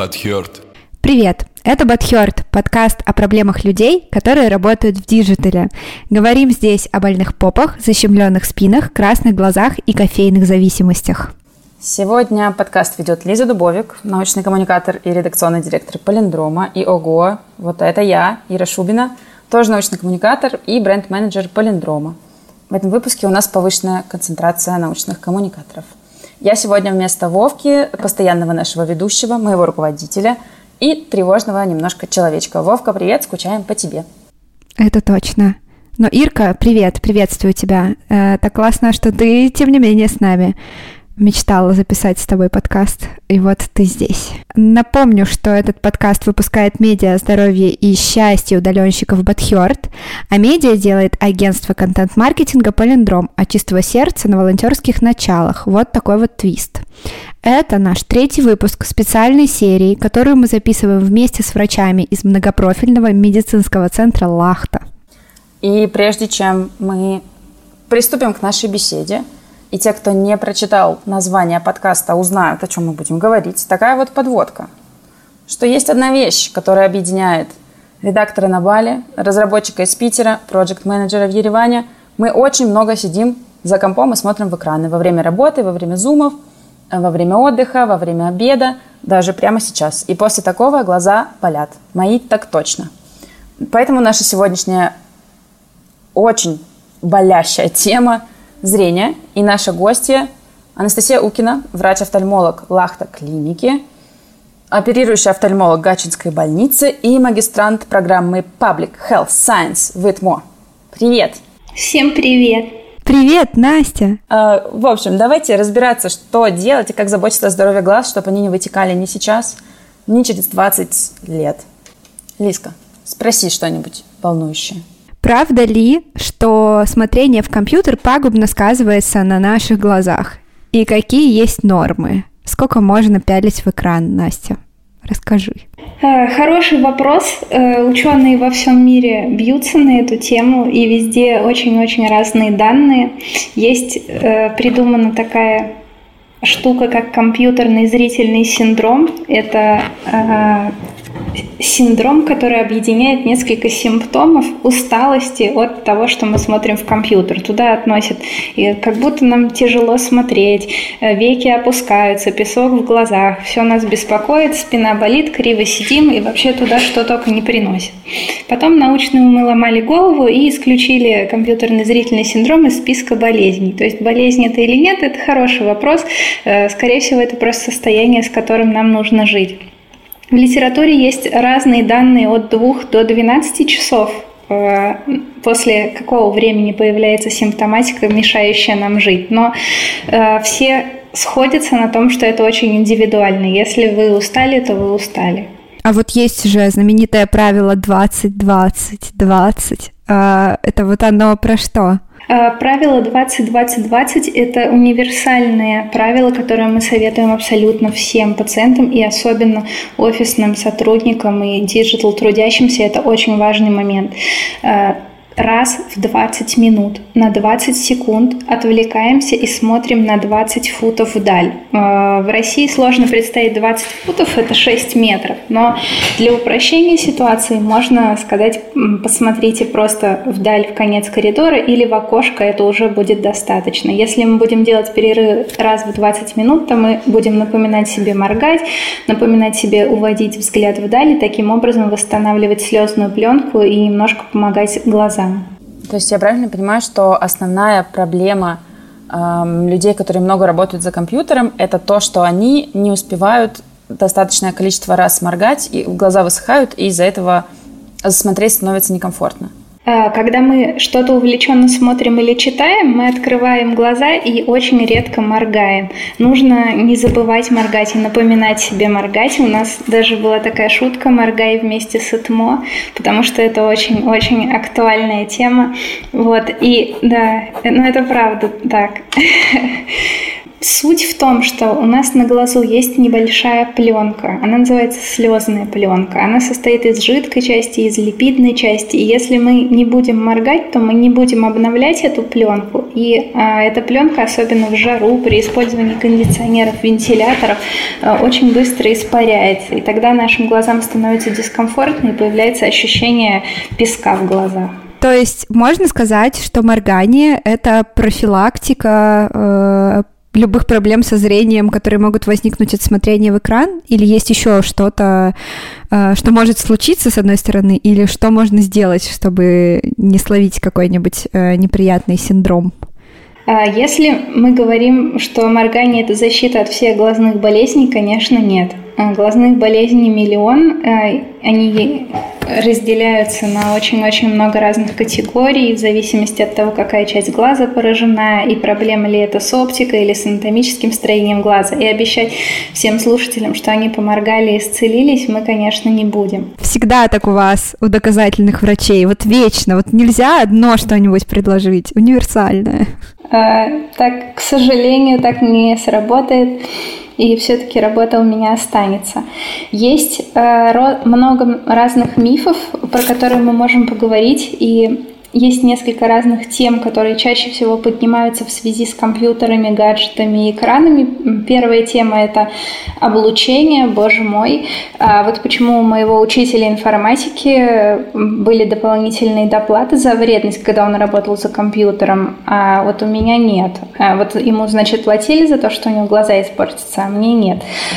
Butthurt. Привет, это Butthurt, подкаст о проблемах людей, которые работают в диджитале. Говорим здесь о больных попах, защемленных спинах, красных глазах и кофейных зависимостях. Сегодня подкаст ведет Лиза Дубовик, научный коммуникатор и редакционный директор Полиндрома. И ого, вот это я, Ира Шубина, тоже научный коммуникатор и бренд-менеджер Полиндрома. В этом выпуске у нас повышенная концентрация научных коммуникаторов. Я сегодня вместо Вовки, постоянного нашего ведущего, моего руководителя и тревожного немножко человечка. Вовка, привет, скучаем по тебе. Это точно. Но, Ирка, привет, приветствую тебя. Так классно, что ты, тем не менее, с нами. Мечтала записать с тобой подкаст, и вот ты здесь. Напомню, что этот подкаст выпускает медиа «Здоровье и счастье» удаленщиков Butthurt, а медиа делает агентство контент-маркетинга Полиндром от чистого сердца на волонтерских началах. Вот такой вот твист. Это наш 3-й выпуск специальной серии, которую мы записываем вместе с врачами из многопрофильного медицинского центра «Лахта». И прежде чем мы приступим к нашей беседе, и те, кто не прочитал название подкаста, узнают, о чем мы будем говорить, такая вот подводка, что есть одна вещь, которая объединяет редактора на Бали, разработчика из Питера, проект-менеджера в Ереване. Мы очень много сидим за компом и смотрим в экраны во время работы, во время зумов, во время отдыха, во время обеда, даже прямо сейчас. И после такого глаза болят. Мои так точно. Поэтому наша сегодняшняя очень болящая тема – зрение. И наша гостья Анастасия Укина, врач-офтальмолог Лахта клиники, оперирующий офтальмолог Гатчинской больницы и магистрант программы Public Health Science в ИТМО. Привет! Всем привет! Привет, Настя! В общем, давайте разбираться, что делать и как заботиться о здоровье глаз, чтобы они не вытекали ни сейчас, ни через 20 лет. Лизка, спроси что-нибудь волнующее. Правда ли, что смотрение в компьютер пагубно сказывается на наших глазах? И какие есть нормы? Сколько можно пялить в экран, Настя? Расскажи. Хороший вопрос. Ученые во всем мире бьются на эту тему, и везде очень-очень разные данные. Есть придумана такая штука, как компьютерный зрительный синдром. Это синдром, который объединяет несколько симптомов усталости от того, что мы смотрим в компьютер. Туда относят, и как будто нам тяжело смотреть, веки опускаются, песок в глазах, все нас беспокоит, спина болит, криво сидим, и вообще туда что только не приносит. Потом научные умы ломали голову и исключили компьютерный зрительный синдром из списка болезней. То есть болезнь это или нет, это хороший вопрос. Скорее всего, это просто состояние, с которым нам нужно жить. В литературе есть разные данные от 2 до 12 часов, после какого времени появляется симптоматика, мешающая нам жить. Но все сходятся на том, что это очень индивидуально. Если вы устали, то вы устали. А вот есть же знаменитое правило 20-20-20. Это вот оно про что? Правило 20-20-20 – это универсальное правило, которое мы советуем абсолютно всем пациентам и особенно офисным сотрудникам и диджитал трудящимся. Это очень важный момент. Раз в 20 минут на 20 секунд отвлекаемся и смотрим на 20 футов вдаль. В России сложно представить 20 футов, это 6 метров, но для упрощения ситуации можно сказать, посмотрите просто вдаль в конец коридора или в окошко, это уже будет достаточно. Если мы будем делать перерыв раз в 20 минут, то мы будем напоминать себе моргать, напоминать себе уводить взгляд вдаль и таким образом восстанавливать слезную пленку и немножко помогать глазам. То есть я правильно понимаю, что основная проблема людей, которые много работают за компьютером, это то, что они не успевают достаточное количество раз моргать, и глаза высыхают, и из-за этого смотреть становится некомфортно. Когда мы что-то увлеченно смотрим или читаем, мы открываем глаза и очень редко моргаем. Нужно не забывать моргать и напоминать себе моргать. У нас даже была такая шутка «Моргай вместе с ИТМО», потому что это очень-очень актуальная тема. Вот, и да, ну это правда так. Суть в том, что у нас на глазу есть небольшая пленка, она называется слезная пленка. Она состоит из жидкой части, из липидной части. И если мы не будем моргать, то мы не будем обновлять эту пленку. И эта пленка, особенно в жару, при использовании кондиционеров, вентиляторов, очень быстро испаряется. И тогда нашим глазам становится дискомфортно и появляется ощущение песка в глазах. То есть можно сказать, что моргание — это профилактика любых проблем со зрением, которые могут возникнуть от смотрения в экран, или есть еще что-то, что может случиться, с одной стороны, или что можно сделать, чтобы не словить какой-нибудь неприятный синдром? Если мы говорим, что моргание – это защита от всех глазных болезней, конечно, нет. Глазных болезней миллион, они разделяются на очень-очень много разных категорий в зависимости от того, какая часть глаза поражена, и проблема ли это с оптикой или с анатомическим строением глаза. И обещать всем слушателям, что они поморгали и исцелились, мы, конечно, не будем. Всегда так у вас, у доказательных врачей, вот вечно, вот нельзя одно что-нибудь предложить, универсальное. Так, к сожалению, так не сработает. И все-таки работа у меня останется. Есть много разных мифов, про которые мы можем поговорить, и есть несколько разных тем, которые чаще всего поднимаются в связи с компьютерами, гаджетами и экранами. Первая тема – это облучение, боже мой. Вот почему у моего учителя информатики были дополнительные доплаты за вредность, когда он работал за компьютером, а вот у меня нет. Вот ему, значит, платили за то, что у него глаза испортятся, а мне нет.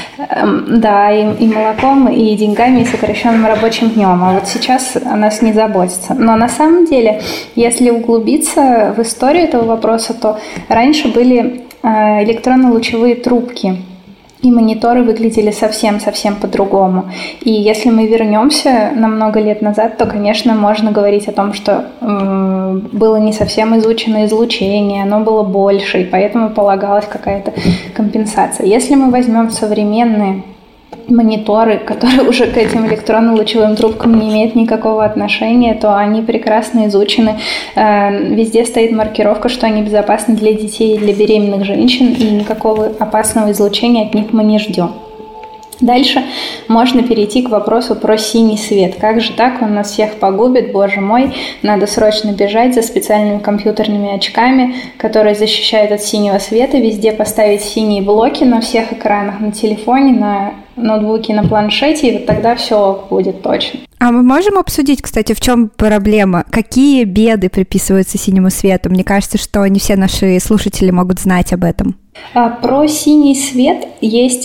Да, и молоком, и деньгами, и сокращенным рабочим днем. А вот сейчас о нас не заботится. Но на самом деле, если углубиться в историю этого вопроса, то раньше были электронно-лучевые трубки, и мониторы выглядели совсем-совсем по-другому. И если мы вернемся на много лет назад, то, конечно, можно говорить о том, что было не совсем изучено излучение, оно было больше, и поэтому полагалась какая-то компенсация. Если мы возьмем современные мониторы, которые уже к этим электронно-лучевым трубкам не имеют никакого отношения, то они прекрасно изучены. Везде стоит маркировка, что они безопасны для детей и для беременных женщин, и никакого опасного излучения от них мы не ждем. Дальше можно перейти к вопросу про синий свет. Как же так? Он нас всех погубит, боже мой. Надо срочно бежать за специальными компьютерными очками, которые защищают от синего света. Везде поставить синие блоки на всех экранах, на телефоне, на ноутбуке, на планшете, и вот тогда все будет точно. А мы можем обсудить, кстати, в чем проблема? Какие беды приписываются синему свету? Мне кажется, что не все наши слушатели могут знать об этом. Про синий свет есть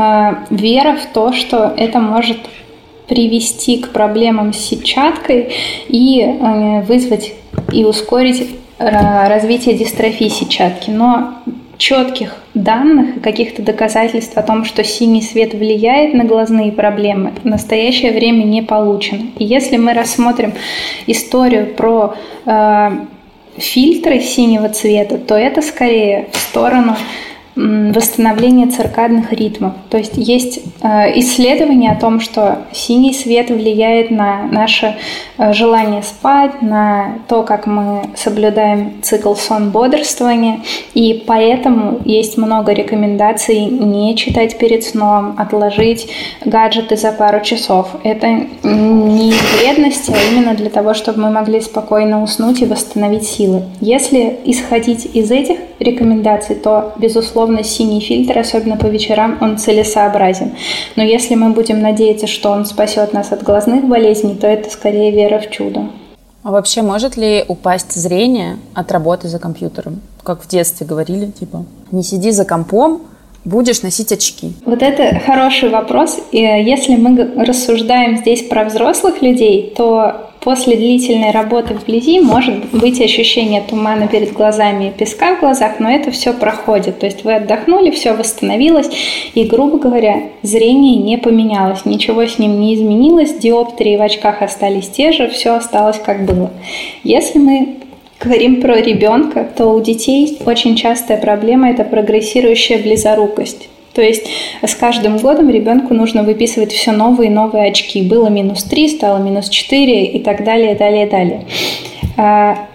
вера в то, что это может привести к проблемам с сетчаткой и вызвать и ускорить развитие дистрофии сетчатки. Но четких данных и каких-то доказательств о том, что синий свет влияет на глазные проблемы, в настоящее время не получено. И если мы рассмотрим историю про фильтры синего цвета, то это скорее в сторону восстановления циркадных ритмов. То есть есть исследования о том, что синий свет влияет на наше желание спать, на то, как мы соблюдаем цикл сон-бодрствования, и поэтому есть много рекомендаций не читать перед сном, отложить гаджеты за пару часов. Это не из вредности, а именно для того, чтобы мы могли спокойно уснуть и восстановить силы. Если исходить из этих рекомендаций, то, безусловно, синий фильтр, особенно по вечерам, он целесообразен. Но если мы будем надеяться, что он спасет нас от глазных болезней, то это скорее вера в чудо. А вообще может ли упасть зрение от работы за компьютером? Как в детстве говорили, типа, не сиди за компом, будешь носить очки. Вот это хороший вопрос. И если мы рассуждаем здесь про взрослых людей, то после длительной работы вблизи может быть ощущение тумана перед глазами и песка в глазах, но это все проходит. То есть вы отдохнули, все восстановилось, и, грубо говоря, зрение не поменялось, ничего с ним не изменилось, диоптрии в очках остались те же, все осталось как было. Если мы говорим про ребенка, то у детей очень частая проблема – это прогрессирующая близорукость. То есть с каждым годом ребенку нужно выписывать все новые и новые очки. Было -3, стало -4 и так далее, далее, далее.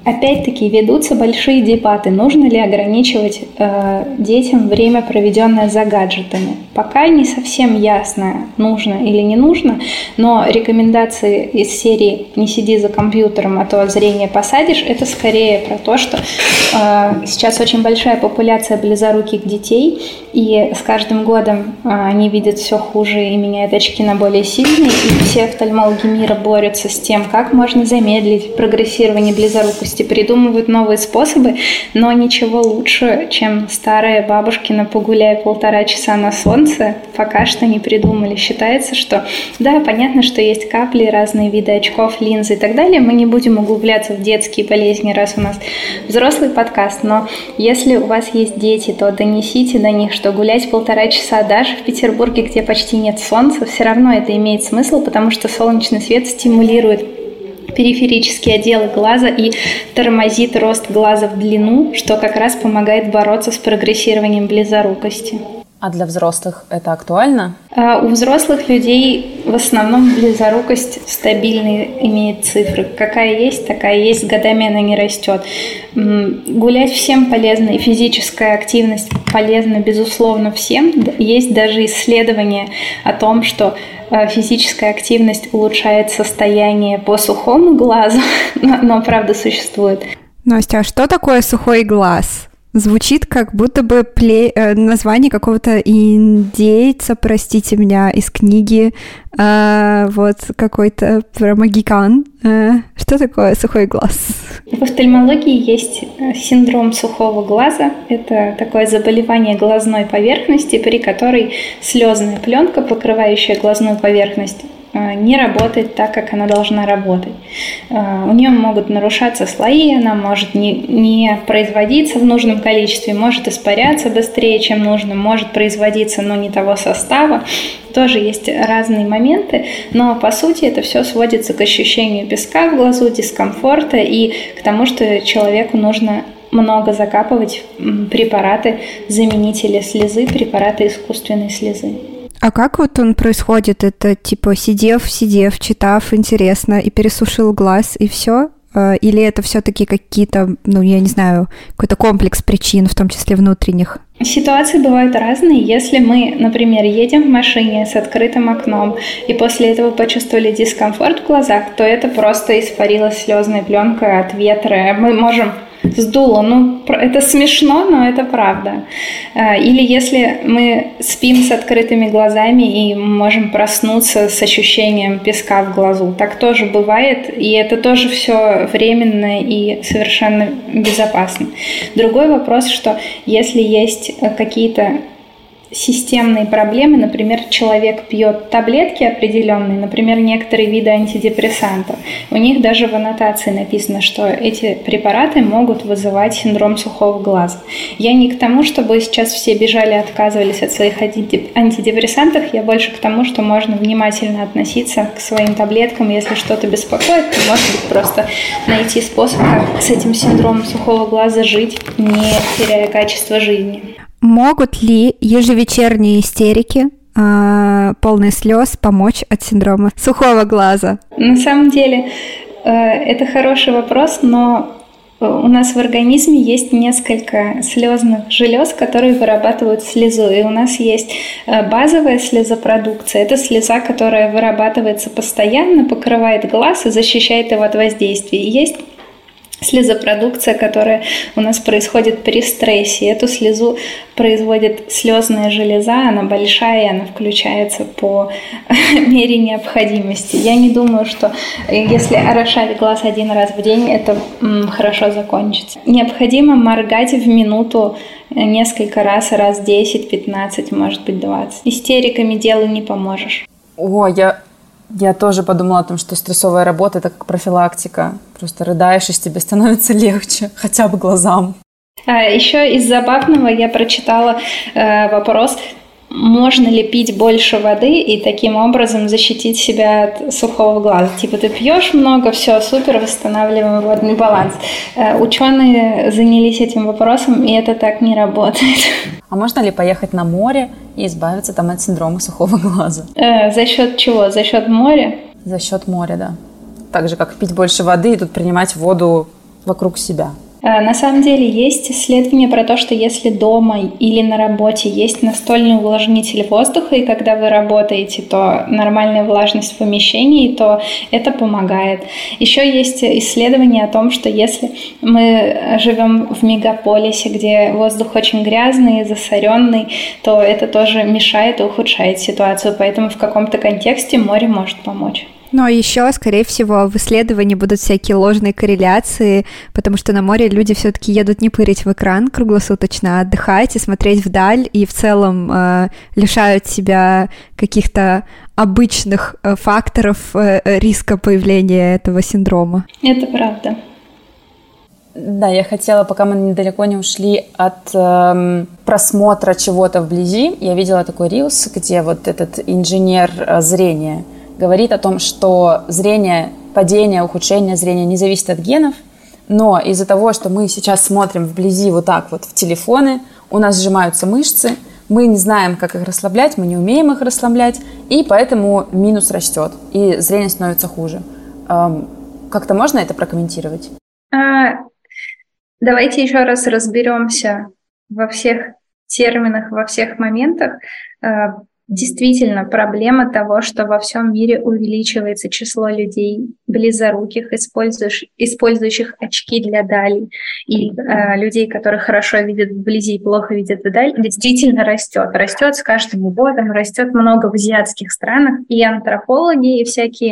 Опять-таки ведутся большие дебаты, нужно ли ограничивать детям время, проведенное за гаджетами. Пока не совсем ясно, нужно или не нужно, но рекомендации из серии «Не сиди за компьютером, а то зрение посадишь» — это скорее про то, что сейчас очень большая популяция близоруких детей, и с каждым годом они видят все хуже и меняют очки на более сильные, и все офтальмологи мира борются с тем, как можно замедлить прогрессирование близорукости, придумывают новые способы, но ничего лучше, чем старая бабушкина «погуляй 1,5 часа на солнце», пока что не придумали. Считается, что да, понятно, что есть капли, разные виды очков, линзы и так далее. Мы не будем углубляться в детские болезни, раз у нас взрослый подкаст, но если у вас есть дети, то донесите до них, что гулять 1,5 часа даже в Петербурге, где почти нет солнца, все равно это имеет смысл, потому что солнечный свет стимулирует периферические отделы глаза и тормозит рост глаза в длину, что как раз помогает бороться с прогрессированием близорукости. А для взрослых это актуально? У взрослых людей в основном близорукость стабильные имеет цифры. Какая есть, такая есть, с годами она не растет. Гулять всем полезно, и физическая активность полезна, безусловно, всем. Есть даже исследования о том, что физическая активность улучшает состояние по сухому глазу, но правда существует. Настя, а что такое сухой глаз? Звучит как будто бы название какого-то индейца, простите меня, из книги, вот какой-то про магикан. Что такое сухой глаз? В офтальмологии есть синдром сухого глаза. Это такое заболевание глазной поверхности, при которой слезная пленка, покрывающая глазную поверхность, не работает так, как она должна работать. У нее могут нарушаться слои, она может не производиться в нужном количестве, может испаряться быстрее, чем нужно, может производиться, но не того состава. Тоже есть разные моменты, но по сути это все сводится к ощущению песка в глазу, дискомфорта и к тому, что человеку нужно много закапывать препараты, заменители слезы, препараты искусственной слезы. А как вот он происходит? Это типа сидев, читав, интересно, и пересушил глаз, и все? Или это все-таки какие-то, я не знаю, какой-то комплекс причин, в том числе внутренних? Ситуации бывают разные. Если мы, например, едем в машине с открытым окном и после этого почувствовали дискомфорт в глазах, то это просто испарилась слезная пленка от ветра. Мы можем сдуло. Это смешно, но это правда. Или если мы спим с открытыми глазами и можем проснуться с ощущением песка в глазу. Так тоже бывает, и это тоже все временно и совершенно безопасно. Другой вопрос, что если есть какие-то системные проблемы, например, человек пьет таблетки определенные, например, некоторые виды антидепрессантов, у них даже в аннотации написано, что эти препараты могут вызывать синдром сухого глаза. Я не к тому, чтобы сейчас все бежали, отказывались от своих антидепрессантов, я больше к тому, что можно внимательно относиться к своим таблеткам, если что-то беспокоит, то, может быть, просто найти способ, как с этим синдромом сухого глаза жить, не теряя качество жизни. Могут ли ежевечерние истерики, полные слез, помочь от синдрома сухого глаза? На самом деле, это хороший вопрос, но у нас в организме есть несколько слезных желез, которые вырабатывают слезу. И у нас есть базовая слезопродукция. Это слеза, которая вырабатывается постоянно, покрывает глаз и защищает его от воздействия. И есть слезопродукция, которая у нас происходит при стрессе. Эту слезу производит слезная железа, она большая, и она включается по мере необходимости. Я не думаю, что если орошать глаз 1 раз в день, это хорошо закончится. Необходимо моргать в минуту несколько раз 10, 15, может быть 20. Истериками делу не поможешь. Я тоже подумала о том, что стрессовая работа – это как профилактика. Просто рыдаешь, и тебе становится легче, хотя бы глазам. Еще из забавного я прочитала вопрос, можно ли пить больше воды и таким образом защитить себя от сухого глаза. Типа ты пьешь много, все, супер, восстанавливаем водный баланс. Ученые занялись этим вопросом, и это так не работает. А можно ли поехать на море и избавиться там от синдрома сухого глаза? За счет чего? За счет моря? За счет моря, да. Так же, как пить больше воды и тут принимать воду вокруг себя. На самом деле есть исследования про то, что если дома или на работе есть настольный увлажнитель воздуха, и когда вы работаете, то нормальная влажность в помещении, то это помогает. Еще есть исследования о том, что если мы живем в мегаполисе, где воздух очень грязный, засоренный, то это тоже мешает и ухудшает ситуацию. Поэтому в каком-то контексте море может помочь. Но еще, скорее всего, в исследовании будут всякие ложные корреляции, потому что на море люди все-таки едут не пырить в экран круглосуточно, а отдыхать и смотреть вдаль, и в целом лишают себя каких-то обычных факторов риска появления этого синдрома. Это правда. Да, я хотела, пока мы недалеко не ушли от просмотра чего-то вблизи, я видела такой рилс, где вот этот инженер зрения говорит о том, что зрение, падение, ухудшение зрения не зависит от генов, но из-за того, что мы сейчас смотрим вблизи вот так вот в телефоны, у нас сжимаются мышцы, мы не знаем, как их расслаблять, мы не умеем их расслаблять, и поэтому минус растет, и зрение становится хуже. Как-то можно это прокомментировать? Давайте еще раз разберемся во всех терминах, во всех моментах. Действительно, проблема того, что во всем мире увеличивается число людей близоруких, использующих очки для дали, и людей, которые хорошо видят вблизи и плохо видят вдаль, действительно растет. Растет с каждым годом, растет много в азиатских странах, и антропологи, и всякие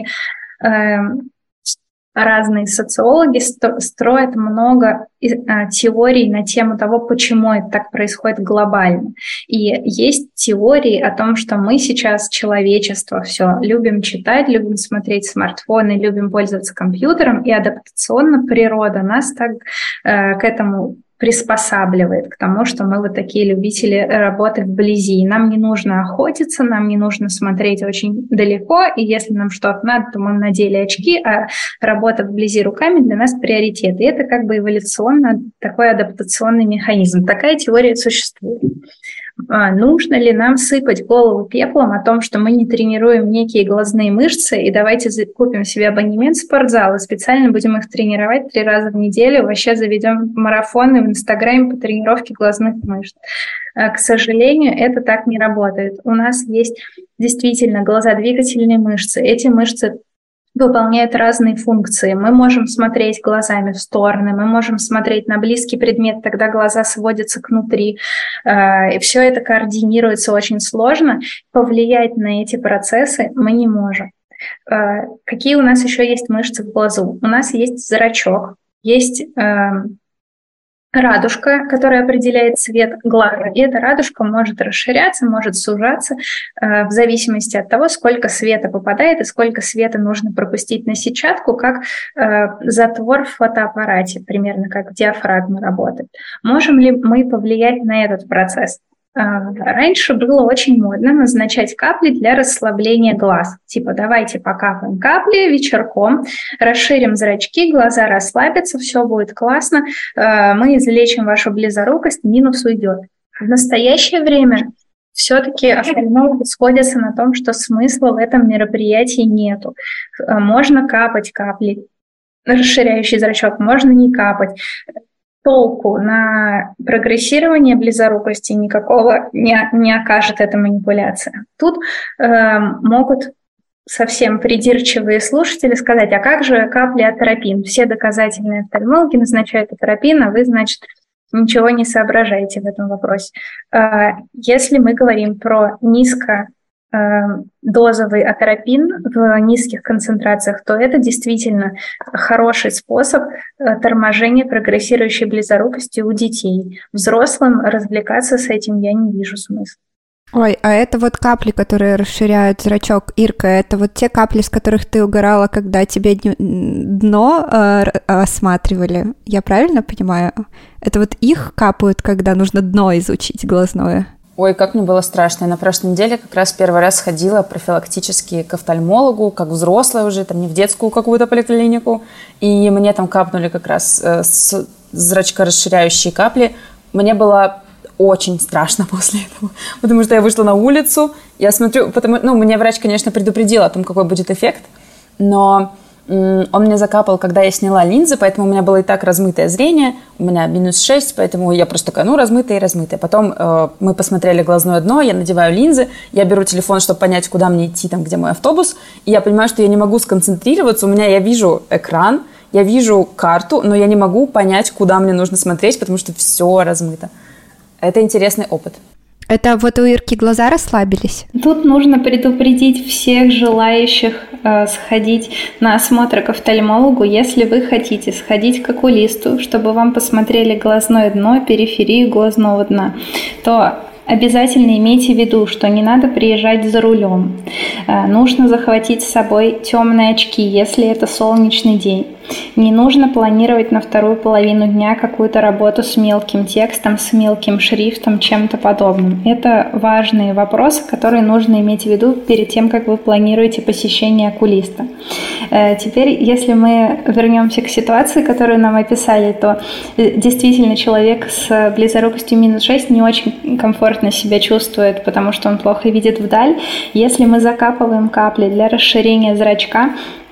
разные социологи строят много теорий на тему того, почему это так происходит глобально. И есть теории о том, что мы сейчас, человечество, все любим читать, любим смотреть смартфоны, любим пользоваться компьютером, и адаптационно природа нас так к этому приспосабливает, к тому, что мы вот такие любители работы вблизи. Нам не нужно охотиться, нам не нужно смотреть очень далеко, и если нам что-то надо, то мы надели очки, а работа вблизи руками для нас приоритет. И это как бы эволюционно такой адаптационный механизм. Такая теория существует. Нужно ли нам сыпать голову пеплом о том, что мы не тренируем некие глазные мышцы, и давайте купим себе абонемент в спортзал и специально будем их тренировать 3 раза в неделю, вообще заведем марафоны в Инстаграме по тренировке глазных мышц. К сожалению, это так не работает. У нас есть действительно глазодвигательные мышцы. Эти мышцы выполняют разные функции. Мы можем смотреть глазами в стороны, мы можем смотреть на близкий предмет, тогда глаза сводятся к внутри. И все это координируется очень сложно. Повлиять на эти процессы мы не можем. Какие у нас еще есть мышцы в глазу? У нас есть зрачок, есть радужка, которая определяет цвет глаза. И эта радужка может расширяться, может сужаться в зависимости от того, сколько света попадает и сколько света нужно пропустить на сетчатку, как затвор в фотоаппарате, примерно как диафрагма работает. Можем ли мы повлиять на этот процесс? Раньше было очень модно назначать капли для расслабления глаз. Типа давайте покапаем капли вечерком, расширим зрачки, глаза расслабятся, все будет классно, мы излечим вашу близорукость, минус уйдет. В настоящее время все-таки офтальмологи сходятся на том, что смысла в этом мероприятии нету. Можно капать капли, расширяющий зрачок, можно не капать. Толку на прогрессирование близорукости никакого не окажет эта манипуляция. Тут могут совсем придирчивые слушатели сказать, а как же капли атропин? Все доказательные офтальмологи назначают атропин, а вы, значит, ничего не соображаете в этом вопросе. Если мы говорим про низкодозовый атропин в низких концентрациях, то это действительно хороший способ торможения прогрессирующей близорукости у детей. Взрослым развлекаться с этим я не вижу смысла. Ой, а это вот капли, которые расширяют зрачок, Ирка, это вот те капли, с которых ты угорала, когда тебе дно осматривали, я правильно понимаю? Это вот их капают, когда нужно дно изучить глазное? Ой, как мне было страшно. Я на прошлой неделе как раз первый раз ходила профилактически к офтальмологу, как взрослая уже, там не в детскую какую-то поликлинику, и мне там капнули как раз зрачкорасширяющие капли. Мне было очень страшно после этого, потому что я вышла на улицу, я смотрю, мне врач, конечно, предупредил о том, какой будет эффект, но Он мне закапал, когда я сняла линзы, поэтому у меня было и так размытое зрение. У меня -6, поэтому я просто такая, размытое и размытое. Потом мы посмотрели глазное дно, я надеваю линзы, я беру телефон, чтобы понять, куда мне идти, там, где мой автобус. И я понимаю, что я не могу сконцентрироваться. Я вижу экран, я вижу карту, но я не могу понять, куда мне нужно смотреть, потому что все размыто. Это интересный опыт. Это вот у Ирки глаза расслабились? Тут нужно предупредить всех желающих сходить на осмотр к офтальмологу, если вы хотите сходить к окулисту, чтобы вам посмотрели глазное дно, периферию глазного дна, то обязательно имейте в виду, что не надо приезжать за рулем. Нужно захватить с собой темные очки, если это солнечный день. Не нужно планировать на вторую половину дня какую-то работу с мелким текстом, с мелким шрифтом, чем-то подобным. Это важные вопросы, которые нужно иметь в виду перед тем, как вы планируете посещение окулиста. Теперь, если мы вернемся к ситуации, которую нам описали, то действительно человек с близорукостью -6 не очень комфортно себя чувствует, потому что он плохо видит вдаль. Если мы закапываем капли для расширения зрачка,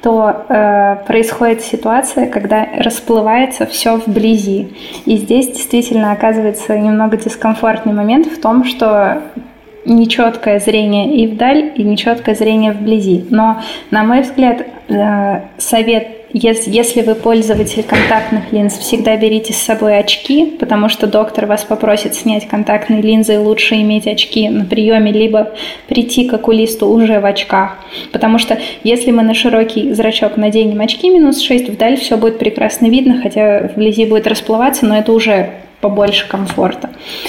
то происходит ситуация, когда расплывается все вблизи. И здесь действительно оказывается немного дискомфортный момент в том, что нечеткое зрение и вдаль, и нечеткое зрение вблизи. Но, на мой взгляд, совет: если вы пользователь контактных линз, всегда берите с собой очки, потому что доктор вас попросит снять контактные линзы, и лучше иметь очки на приеме, либо прийти к окулисту уже в очках. Потому что если мы на широкий зрачок наденем очки -6, вдаль все будет прекрасно видно, хотя вблизи будет расплываться, но это уже побольше комфорта.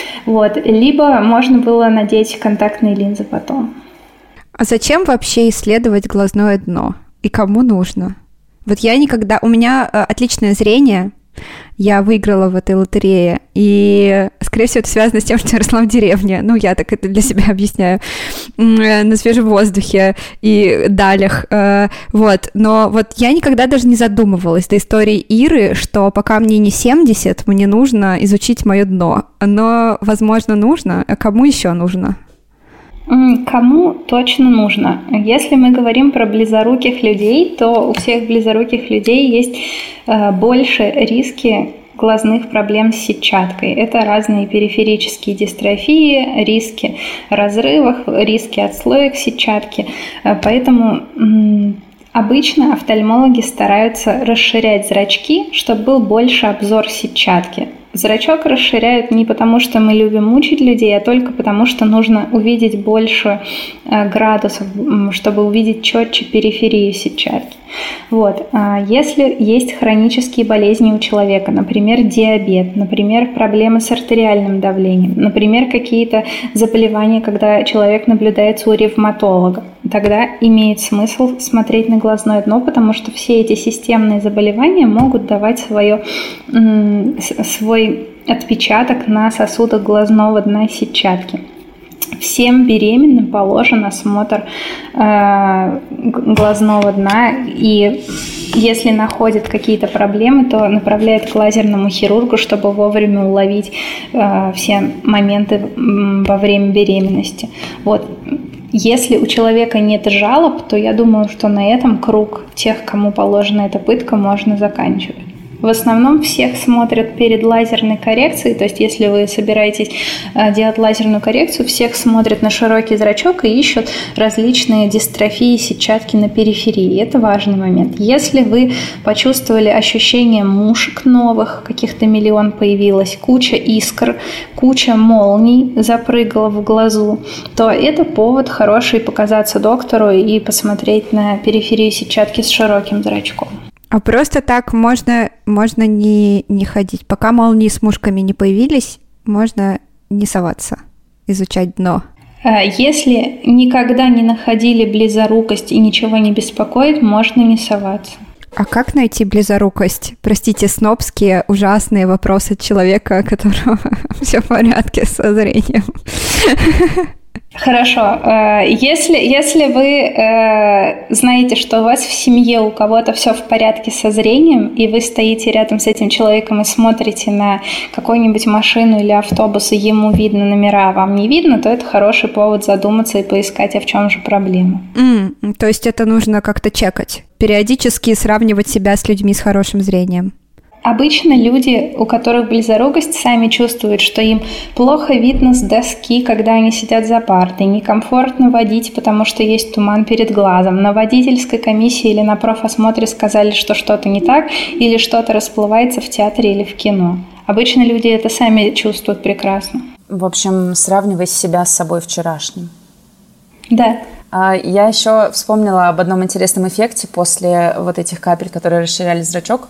Либо можно было надеть контактные линзы потом. А зачем вообще исследовать глазное дно? И кому нужно? У меня отличное зрение, я выиграла в этой лотерее, и, скорее всего, это связано с тем, что я росла в деревне, я так это для себя объясняю, на свежем воздухе и далях, но я никогда даже не задумывалась до истории Иры, что пока мне не 70, мне нужно изучить мое дно. Оно, возможно, нужно, а кому еще нужно? Кому точно нужно? Если мы говорим про близоруких людей, то у всех близоруких людей есть больше риски глазных проблем с сетчаткой. Это разные периферические дистрофии, риски разрывов, риски отслоек сетчатки. Поэтому обычно офтальмологи стараются расширять зрачки, чтобы был больше обзор сетчатки. Зрачок расширяют не потому, что мы любим мучить людей, а только потому, что нужно увидеть больше градусов, чтобы увидеть четче периферию сетчатки. Если есть хронические болезни у человека, например, диабет, например, проблемы с артериальным давлением, например, какие-то заболевания, когда человек наблюдается у ревматолога, тогда имеет смысл смотреть на глазное дно, потому что все эти системные заболевания могут давать свой отпечаток на сосудах глазного дна сетчатки. Всем беременным положен осмотр глазного дна, и если находят какие-то проблемы, то направляют к лазерному хирургу, чтобы вовремя уловить все моменты во время беременности. Если у человека нет жалоб, то я думаю, что на этом круг тех, кому положена эта пытка, можно заканчивать. В основном всех смотрят перед лазерной коррекцией, то есть если вы собираетесь делать лазерную коррекцию, всех смотрят на широкий зрачок и ищут различные дистрофии сетчатки на периферии. Это важный момент. Если вы почувствовали ощущение мушек новых, каких-то миллион появилось, куча искр, куча молний запрыгала в глазу, то это повод хороший показаться доктору и посмотреть на периферию сетчатки с широким зрачком. А просто так можно не ходить. Пока молнии с мушками не появились, можно не соваться, изучать дно. Если никогда не находили близорукость и ничего не беспокоит, можно не соваться. А как найти близорукость? Простите, снобские, ужасные вопросы человека, у которого все в порядке со зрением. Хорошо. Если вы знаете, что у вас в семье у кого-то все в порядке со зрением, и вы стоите рядом с этим человеком и смотрите на какую-нибудь машину или автобус, и ему видно номера, а вам не видно, то это хороший повод задуматься и поискать, а в чем же проблема. То есть это нужно как-то чекать, периодически сравнивать себя с людьми с хорошим зрением. Обычно люди, у которых близорукость, сами чувствуют, что им плохо видно с доски, когда они сидят за партой, некомфортно водить, потому что есть туман перед глазом. На водительской комиссии или на профосмотре сказали, что что-то не так или что-то расплывается в театре или в кино. Обычно люди это сами чувствуют прекрасно. В общем, сравнивай себя с собой вчерашним. Да. Я еще вспомнила об одном интересном эффекте после вот этих капель, которые расширяли зрачок.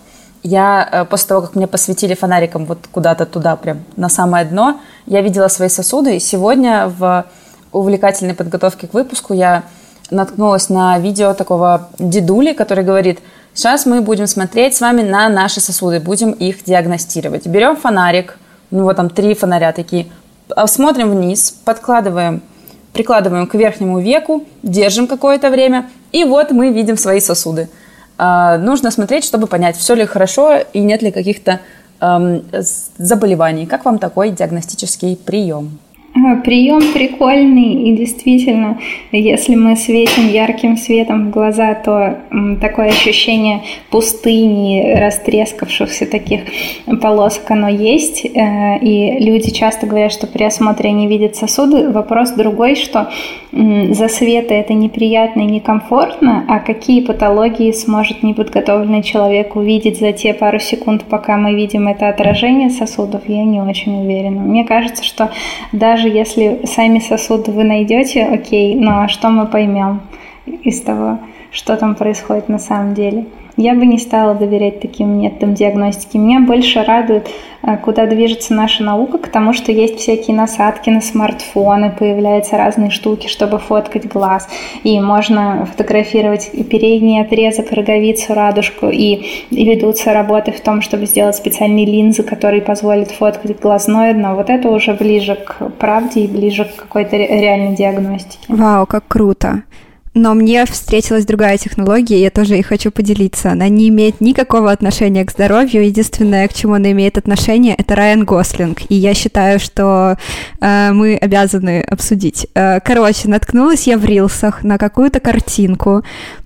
Я после того, как меня посветили фонариком вот куда-то туда, прям на самое дно, я видела свои сосуды. И сегодня в увлекательной подготовке к выпуску я наткнулась на видео такого дедули, который говорит: сейчас мы будем смотреть с вами на наши сосуды, будем их диагностировать. Берем фонарик, у него там 3 фонаря такие, смотрим вниз, прикладываем к верхнему веку, держим какое-то время, и вот мы видим свои сосуды. Нужно смотреть, чтобы понять, все ли хорошо и нет ли каких-то заболеваний. Как вам такой диагностический прием? Прием прикольный, и действительно, если мы светим ярким светом в глаза, то такое ощущение пустыни, растрескавшихся таких полосок, оно есть, и люди часто говорят, что при осмотре они видят сосуды. Вопрос другой, что засветы это неприятно и некомфортно, а какие патологии сможет неподготовленный человек увидеть за те пару секунд, пока мы видим это отражение сосудов, я не очень уверена. Мне кажется, что даже если сами сосуды вы найдете, окей, но что мы поймем из того, что там происходит на самом деле? Я бы не стала доверять таким методам диагностики. Меня больше радует, куда движется наша наука, к тому, что есть всякие насадки на смартфоны, появляются разные штуки, чтобы фоткать глаз. И можно фотографировать и передний отрезок, роговицу, радужку. И ведутся работы в том, чтобы сделать специальные линзы, которые позволят фоткать глазное дно. Вот это уже ближе к правде и ближе к какой-то реальной диагностике. Вау, как круто! Но мне встретилась другая технология, и я тоже и хочу поделиться. Она не имеет никакого отношения к здоровью. Единственное, к чему она имеет отношение, это Райан Гослинг. И я считаю, что мы обязаны обсудить. Короче, наткнулась я в рилсах на какую-то картинку,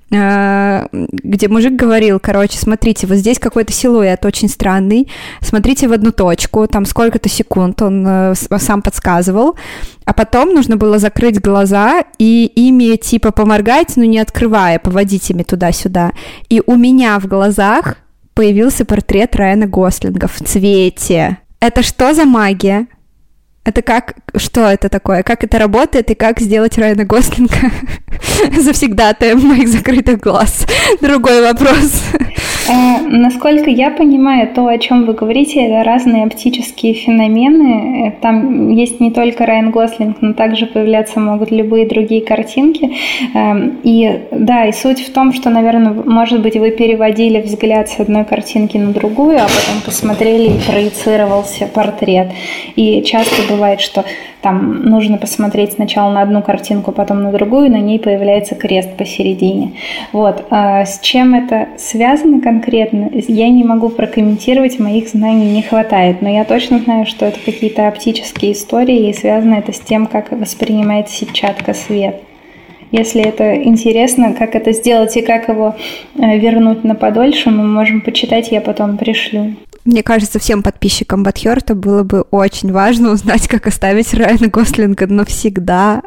где мужик говорил: короче, смотрите, вот здесь какой-то силуэт очень странный, смотрите в одну точку, там сколько-то секунд, он сам подсказывал, а потом нужно было закрыть глаза и ими типа поморгать, но не открывая, поводить ими туда-сюда. И у меня в глазах появился портрет Райана Гослинга в цвете. Это что за магия? Это как? Что это такое? Как это работает и как сделать Райана Гослинга завсегдатаем моих закрытых глаз? Другой вопрос. Насколько я понимаю, то, о чем вы говорите, это разные оптические феномены. Там есть не только Райан Гослинг, но также появляться могут любые другие картинки. И да, и суть в том, что, наверное, может быть, вы переводили взгляд с одной картинки на другую, а потом посмотрели и проецировался портрет. И часто бывает, что там нужно посмотреть сначала на одну картинку, потом на другую, на ней появляется крест посередине. Вот. С чем это связано конкретно, я не могу прокомментировать, моих знаний не хватает, но я точно знаю, что это какие-то оптические истории, и связано это с тем, как воспринимает сетчатка свет. Если это интересно, как это сделать и как его вернуть на подольше, мы можем почитать, я потом пришлю. Мне кажется, всем подписчикам Бадхёрта было бы очень важно узнать, как оставить Райана Гослинга навсегда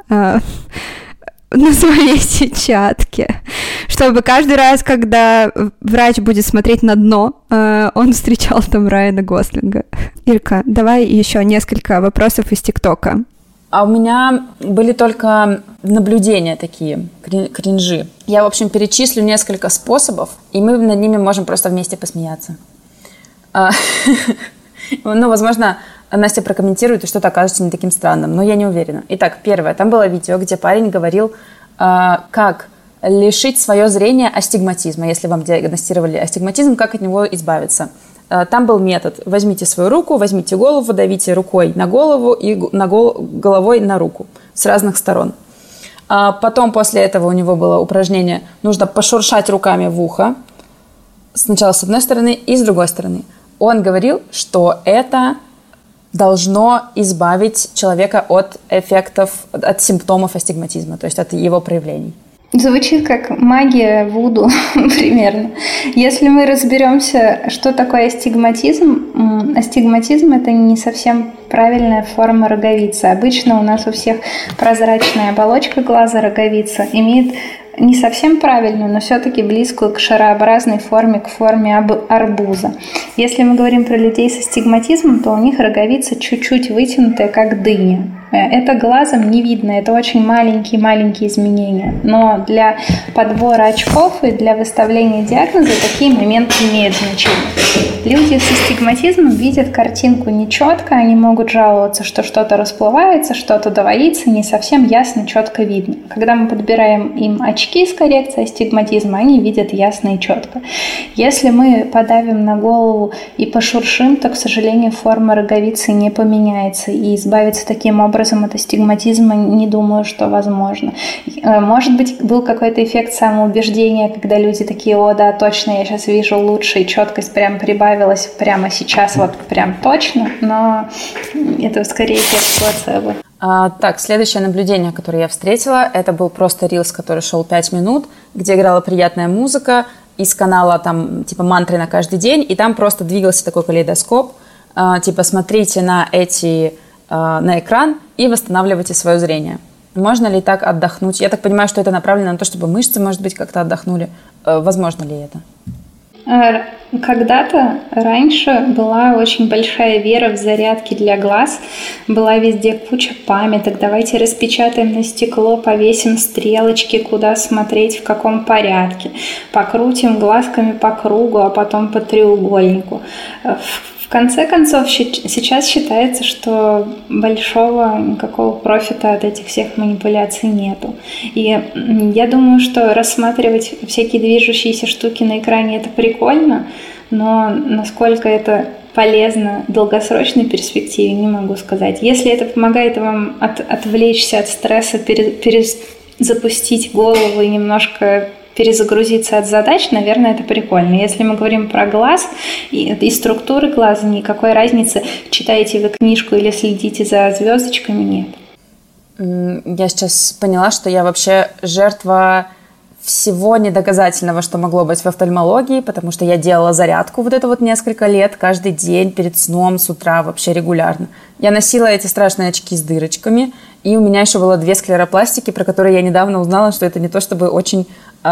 на своей сетчатке, чтобы каждый раз, когда врач будет смотреть на дно, он встречал там Райана Гослинга. Ирка, давай еще несколько вопросов из ТикТока. А у меня были только наблюдения такие, кринжи. Я, в общем, перечислю несколько способов, и мы над ними можем просто вместе посмеяться. Ну, возможно, Настя прокомментирует, и что-то окажется не таким странным, но я не уверена. Итак, первое. Там было видео, где парень говорил, как лишить свое зрение астигматизма. Если вам диагностировали астигматизм, как от него избавиться. Там был метод. Возьмите свою руку, возьмите голову, давите рукой на голову и головой на руку с разных сторон. Потом после этого у него было упражнение, нужно пошуршать руками в ухо. Сначала с одной стороны и с другой стороны. Он говорил, что это должно избавить человека от эффектов, от симптомов астигматизма, то есть от его проявлений. Звучит как магия вуду примерно. Если мы разберемся, что такое астигматизм, астигматизм – это не совсем правильная форма роговицы. Обычно у нас у всех прозрачная оболочка глаза роговица имеет не совсем правильную, но все-таки близкую к шарообразной форме, к форме арбуза. Если мы говорим про людей с астигматизмом, то у них роговица чуть-чуть вытянутая, как дыня. Это глазом не видно, это очень маленькие изменения. Но для подбора очков и для выставления диагноза такие моменты имеют значение. Люди с астигматизмом видят картинку нечетко, они могут жаловаться, что что-то расплывается, что-то двоится, не совсем ясно, четко видно. Когда мы подбираем им очки с коррекцией астигматизма, они видят ясно и четко. Если мы подавим на голову и пошуршим, то, к сожалению, форма роговицы не поменяется, и избавиться таким образом от астигматизма не думаю, что возможно. Может быть, был какой-то эффект самоубеждения, когда люди такие: о, да, точно, я сейчас вижу лучше, и четкость прям прибавилась прямо сейчас, вот прям точно, но это скорее эффект плацебо. Так, следующее наблюдение, которое я встретила, это был просто рилс, который шел 5 минут, где играла приятная музыка из канала там типа мантры на каждый день, и там просто двигался такой калейдоскоп, типа смотрите на экран и восстанавливайте свое зрение. Можно ли так отдохнуть? Я так понимаю, что это направлено на то, чтобы мышцы, может быть, как-то отдохнули. Возможно ли это? Когда-то раньше была очень большая вера в зарядки для глаз, была везде куча памяток, давайте распечатаем на стекло, повесим стрелочки, куда смотреть, в каком порядке, покрутим глазками по кругу, а потом по треугольнику. В конце концов, сейчас считается, что большого никакого профита от этих всех манипуляций нету. И я думаю, что рассматривать всякие движущиеся штуки на экране – это прикольно, но насколько это полезно в долгосрочной перспективе, не могу сказать. Если это помогает вам отвлечься от стресса, перезапустить голову и немножко перезагрузиться от задач, наверное, это прикольно. Если мы говорим про глаз и структуры глаза, никакой разницы, читаете вы книжку или следите за звездочками, нет. Я сейчас поняла, что я вообще жертва всего недоказательного, что могло быть в офтальмологии, потому что я делала зарядку вот это вот несколько лет, каждый день перед сном, с утра, вообще регулярно. Я носила эти страшные очки с дырочками, и у меня еще было 2 склеропластики, про которые я недавно узнала, что это не то чтобы очень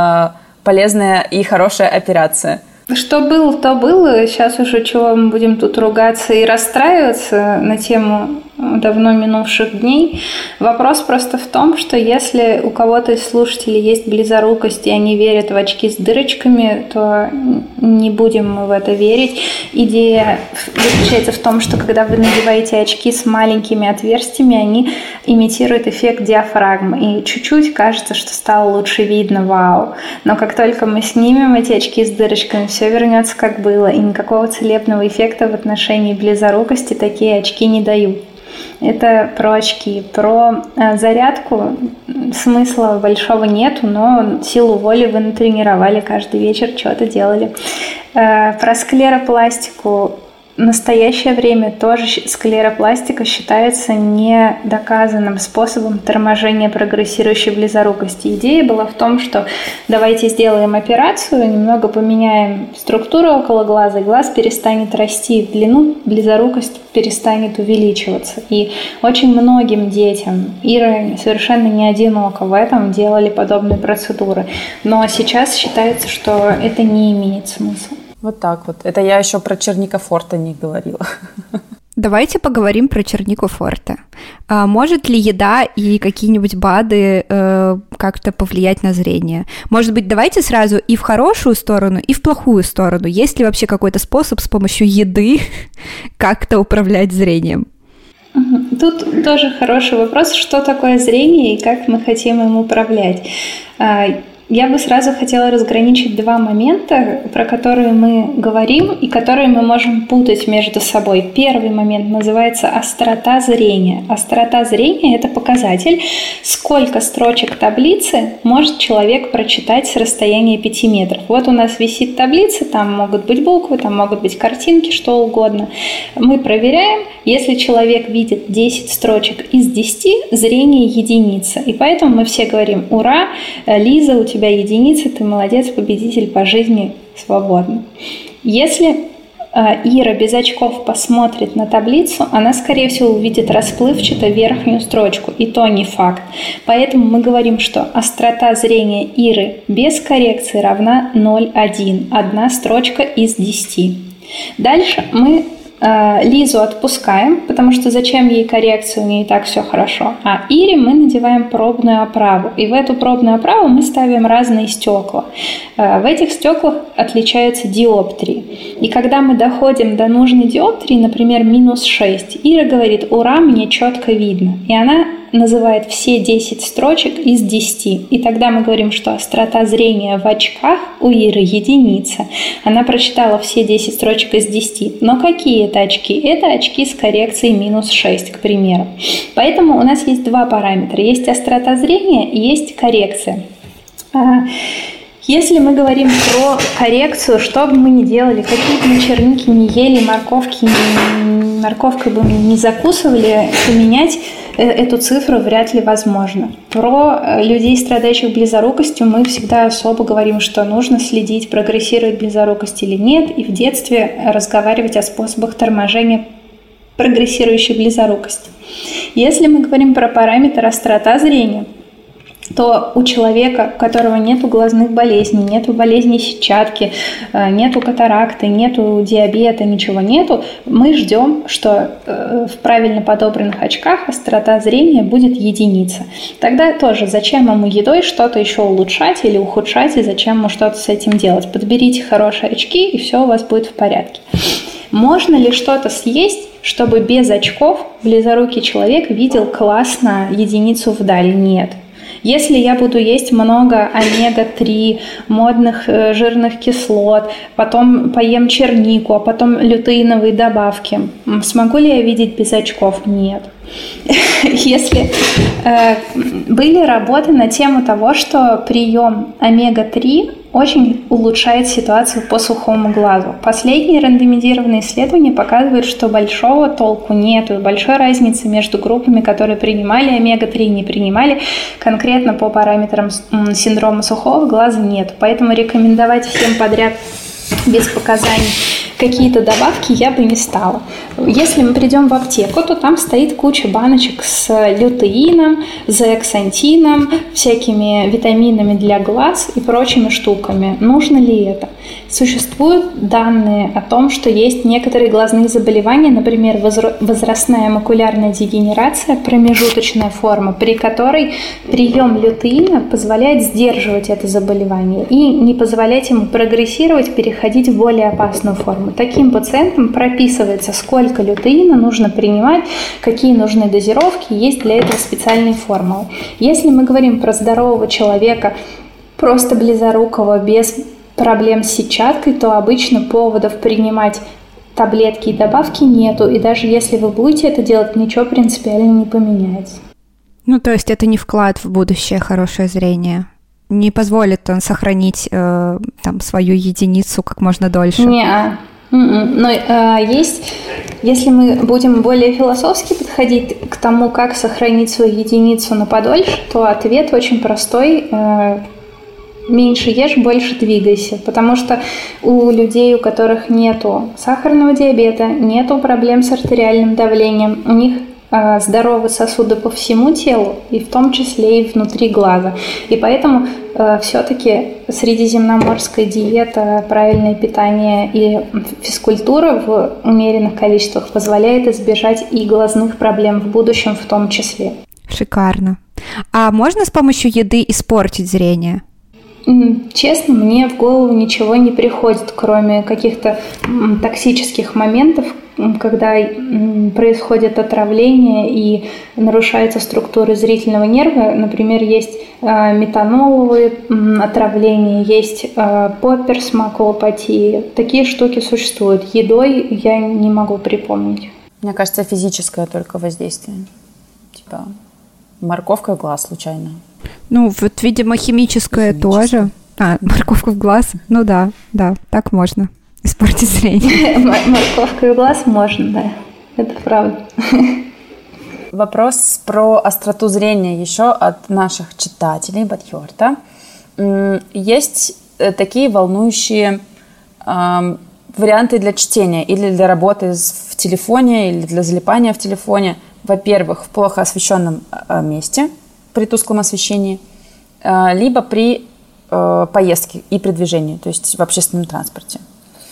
полезная и хорошая операция. Что было, то было. Сейчас уже чего мы будем тут ругаться и расстраиваться на тему давно минувших дней. Вопрос просто в том, что если у кого-то из слушателей есть близорукость, и они верят в очки с дырочками, то не будем мы в это верить. Идея заключается в том, что когда вы надеваете очки с маленькими отверстиями, они имитируют эффект диафрагмы. И чуть-чуть кажется, что стало лучше видно, вау. Но как только мы снимем эти очки с дырочками, все вернется как было. И никакого целебного эффекта в отношении близорукости такие очки не дают. Это про очки. Про зарядку смысла большого нету, но силу воли вы натренировали, каждый вечер что-то делали. Про склеропластику. В настоящее время тоже склеропластика считается недоказанным способом торможения прогрессирующей близорукости. Идея была в том, что давайте сделаем операцию, немного поменяем структуру около глаза, и глаз перестанет расти в длину, близорукость перестанет увеличиваться. И очень многим детям, Ира совершенно не одинока в этом, делали подобные процедуры. Но сейчас считается, что это не имеет смысла. Вот так вот. Это я еще про черника форте не говорила. Давайте поговорим про чернику форте. Может ли еда и какие-нибудь БАДы как-то повлиять на зрение? Может быть, давайте сразу и в хорошую сторону, и в плохую сторону. Есть ли вообще какой-то способ с помощью еды как-то управлять зрением? Тут тоже хороший вопрос, что такое зрение и как мы хотим им управлять. Я бы сразу хотела разграничить два момента, про которые мы говорим и которые мы можем путать между собой. Первый момент называется острота зрения. Острота зрения – это показатель, сколько строчек таблицы может человек прочитать с расстояния 5 метров. Вот у нас висит таблица, там могут быть буквы, там могут быть картинки, что угодно. Мы проверяем, если человек видит 10 строчек из 10, зрение единица. И поэтому мы все говорим: «Ура, Лиза, у тебя единица, ты молодец, победитель по жизни, свободно». Если Ира без очков посмотрит на таблицу, она, скорее всего, увидит расплывчато верхнюю строчку, и то не факт. Поэтому мы говорим, что острота зрения Иры без коррекции равна 0,1, одна строчка из 10. Дальше мы Лизу отпускаем, потому что зачем ей коррекция, у нее и так все хорошо. А Ире мы надеваем пробную оправу. И в эту пробную оправу мы ставим разные стекла. В этих стеклах отличаются диоптрии. И когда мы доходим до нужной диоптрии, например, -6, Ира говорит: «Ура, мне четко видно». И она называет все 10 строчек из 10. И тогда мы говорим, что острота зрения в очках у Иры единица. Она прочитала все 10 строчек из 10. Но какие это очки? Это очки с коррекцией -6, к примеру. Поэтому у нас есть два параметра. Есть острота зрения и есть коррекция. Если мы говорим про коррекцию, что бы мы ни делали, какие бы мы черники не ели, морковкой бы мы не закусывали, поменять эту цифру вряд ли возможно. Про людей, страдающих близорукостью, мы всегда особо говорим, что нужно следить, прогрессирует близорукость или нет, и в детстве разговаривать о способах торможения прогрессирующей близорукости. Если мы говорим про параметр острота зрения, то у человека, у которого нет глазных болезней, нет болезней сетчатки, нет катаракты, нет диабета, ничего нету, мы ждем, что в правильно подобранных очках острота зрения будет единица. Тогда тоже зачем ему едой что-то еще улучшать или ухудшать, и зачем ему что-то с этим делать? Подберите хорошие очки, и все у вас будет в порядке. Можно ли что-то съесть, чтобы без очков близорукий человек видел классно единицу вдаль? Нет. Если я буду есть много омега-3, модных жирных кислот, потом поем чернику, а потом лютеиновые добавки, смогу ли я видеть без очков? Нет. Если были работы на тему того, что прием омега-3 очень улучшает ситуацию по сухому глазу. Последние рандомизированные исследования показывают, что большого толку нету, большой разницы между группами, которые принимали омега-3 и не принимали, конкретно по параметрам синдрома сухого глаза нет. Поэтому рекомендовать всем подряд без показаний какие-то добавки я бы не стала. Если мы придем в аптеку, то там стоит куча баночек с лютеином, зеаксантином, всякими витаминами для глаз и прочими штуками. Нужно ли это? Существуют данные о том, что есть некоторые глазные заболевания, например, возрастная макулярная дегенерация, промежуточная форма, при которой прием лютеина позволяет сдерживать это заболевание и не позволять ему прогрессировать, переходить в более опасную форму. Таким пациентам прописывается, сколько лютеина нужно принимать, какие нужны дозировки, есть для этого специальные формулы. Если мы говорим про здорового человека, просто близорукого, без проблем с сетчаткой, то обычно поводов принимать таблетки и добавки нету, и даже если вы будете это делать, ничего принципиально не поменяется. Ну, то есть это не вклад в будущее хорошее зрение? Не позволит он сохранить там свою единицу как можно дольше? Но есть, если мы будем более философски подходить к тому, как сохранить свою единицу на подольше, то ответ очень простой. Меньше ешь, больше двигайся, потому что у людей, у которых нету сахарного диабета, нету проблем с артериальным давлением, у них здоровы сосуды по всему телу, и в том числе и внутри глаза. И поэтому все-таки средиземноморская диета, правильное питание и физкультура в умеренных количествах позволяет избежать и глазных проблем в будущем в том числе. Шикарно. А можно с помощью еды испортить зрение? Честно, мне в голову ничего не приходит, кроме каких-то токсических моментов, когда происходит отравление и нарушается структура зрительного нерва. Например, есть метаноловые отравления, есть попперс, макулопатии. Такие штуки существуют. Едой я не могу припомнить. Мне кажется, физическое только воздействие. Типа морковка в глаз случайно. Ну, вот, видимо, химическое тоже. Морковка в глаз. Ну да, так можно испортить зрение. Морковка в глаз можно, да. Это правда. Вопрос про остроту зрения еще от наших читателей Бадьорта. Есть такие волнующие варианты для чтения или для работы в телефоне, или для залипания в телефоне. Во-первых, в плохо освещенном месте при тусклом освещении, либо при поездке и при движении, то есть в общественном транспорте.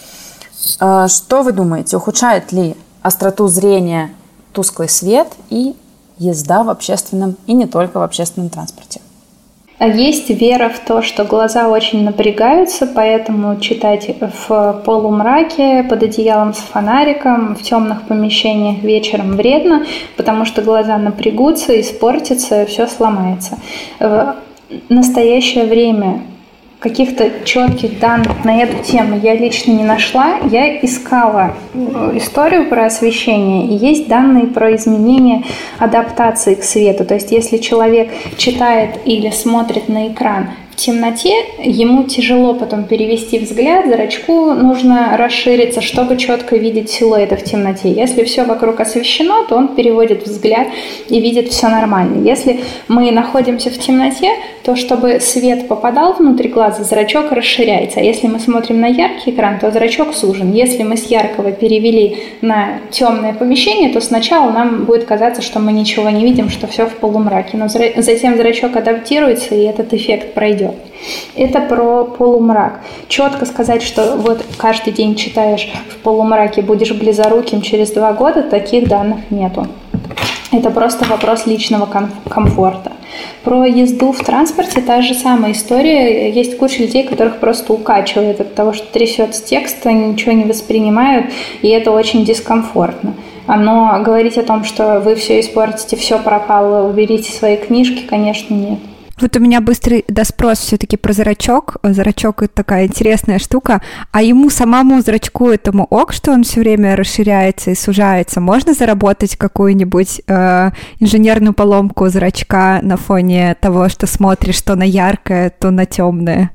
Что вы думаете, ухудшает ли остроту зрения тусклый свет и езда в общественном и не только в общественном транспорте? Есть вера в то, что глаза очень напрягаются, поэтому читать в полумраке, под одеялом с фонариком, в темных помещениях вечером вредно, потому что глаза напрягутся, испортятся, все сломается. В настоящее время каких-то четких данных на эту тему я лично не нашла. Я искала историю про освещение, и есть данные про изменение адаптации к свету. То есть если человек читает или смотрит на экран в темноте, ему тяжело потом перевести взгляд, зрачку нужно расшириться, чтобы четко видеть силуэты в темноте. Если все вокруг освещено, то он переводит взгляд и видит все нормально. Если мы находимся в темноте, то чтобы свет попадал внутрь глаза, зрачок расширяется. А если мы смотрим на яркий экран, то зрачок сужен. Если мы с яркого перевели на темное помещение, то сначала нам будет казаться, что мы ничего не видим, что все в полумраке. Но затем зрачок адаптируется, и этот эффект пройдет. Это про полумрак. Четко сказать, что вот каждый день читаешь в полумраке, будешь близоруким через 2 года, таких данных нету. Это просто вопрос личного комфорта. Про езду в транспорте та же самая история. Есть куча людей, которых просто укачивает от того, что трясет с текста, ничего не воспринимают, и это очень дискомфортно. Но говорить о том, что вы все испортите, все пропало, уберите свои книжки, конечно, нет. Вот у меня быстрый доспрос все-таки про зрачок. Зрачок — это такая интересная штука. А ему самому зрачку этому ок, что он все время расширяется и сужается? Можно заработать какую-нибудь инженерную поломку зрачка на фоне того, что смотришь то на яркое, то на темное?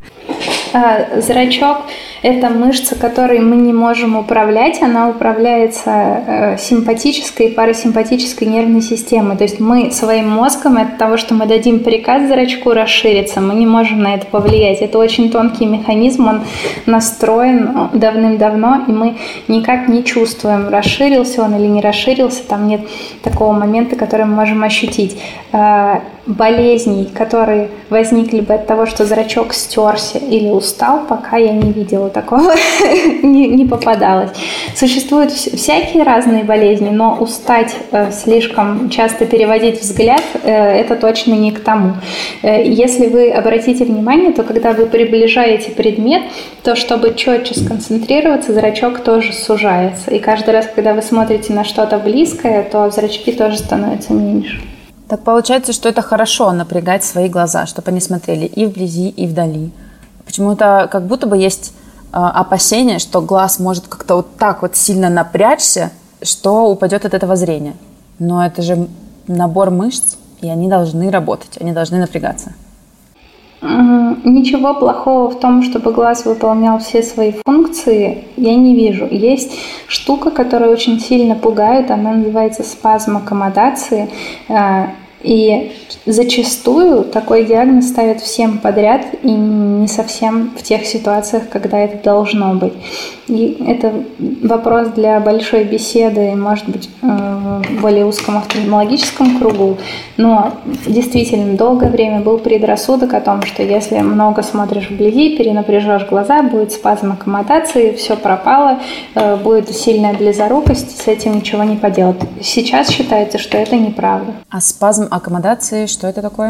Зрачок – это мышца, которой мы не можем управлять. Она управляется симпатической и парасимпатической нервной системой. То есть мы своим мозгом от того, что мы дадим приказ зрачку расшириться, мы не можем на это повлиять. Это очень тонкий механизм, он настроен давным-давно, и мы никак не чувствуем, расширился он или не расширился. Там нет такого момента, который мы можем ощутить. Болезней, которые возникли бы от того, что зрачок стерся или устал, пока я не видела такого, не попадалось. Существуют всякие разные болезни, но устать слишком часто переводить взгляд, это точно не к тому. Если вы обратите внимание, то когда вы приближаете предмет, то чтобы четче сконцентрироваться, зрачок тоже сужается. И каждый раз, когда вы смотрите на что-то близкое, то зрачки тоже становятся меньше. Так получается, что это хорошо напрягать свои глаза, чтобы они смотрели и вблизи, и вдали. Почему-то как будто бы есть опасение, что глаз может как-то вот так вот сильно напрячься, что упадет от этого зрения. Но это же набор мышц, и они должны работать, они должны напрягаться. Ничего плохого в том, чтобы глаз выполнял все свои функции, я не вижу. Есть штука, которая очень сильно пугает, она называется спазм аккомодации. И зачастую такой диагноз ставят всем подряд и не совсем в тех ситуациях, когда это должно быть. И это вопрос для большой беседы, может быть, в более узком офтальмологическом кругу. Но действительно, долгое время был предрассудок о том, что если много смотришь вблизи, перенапряжешь глаза, будет спазм аккомодации, все пропало, будет сильная близорукость, с этим ничего не поделать. Сейчас считается, что это неправда. А спазм аккомодации, что это такое?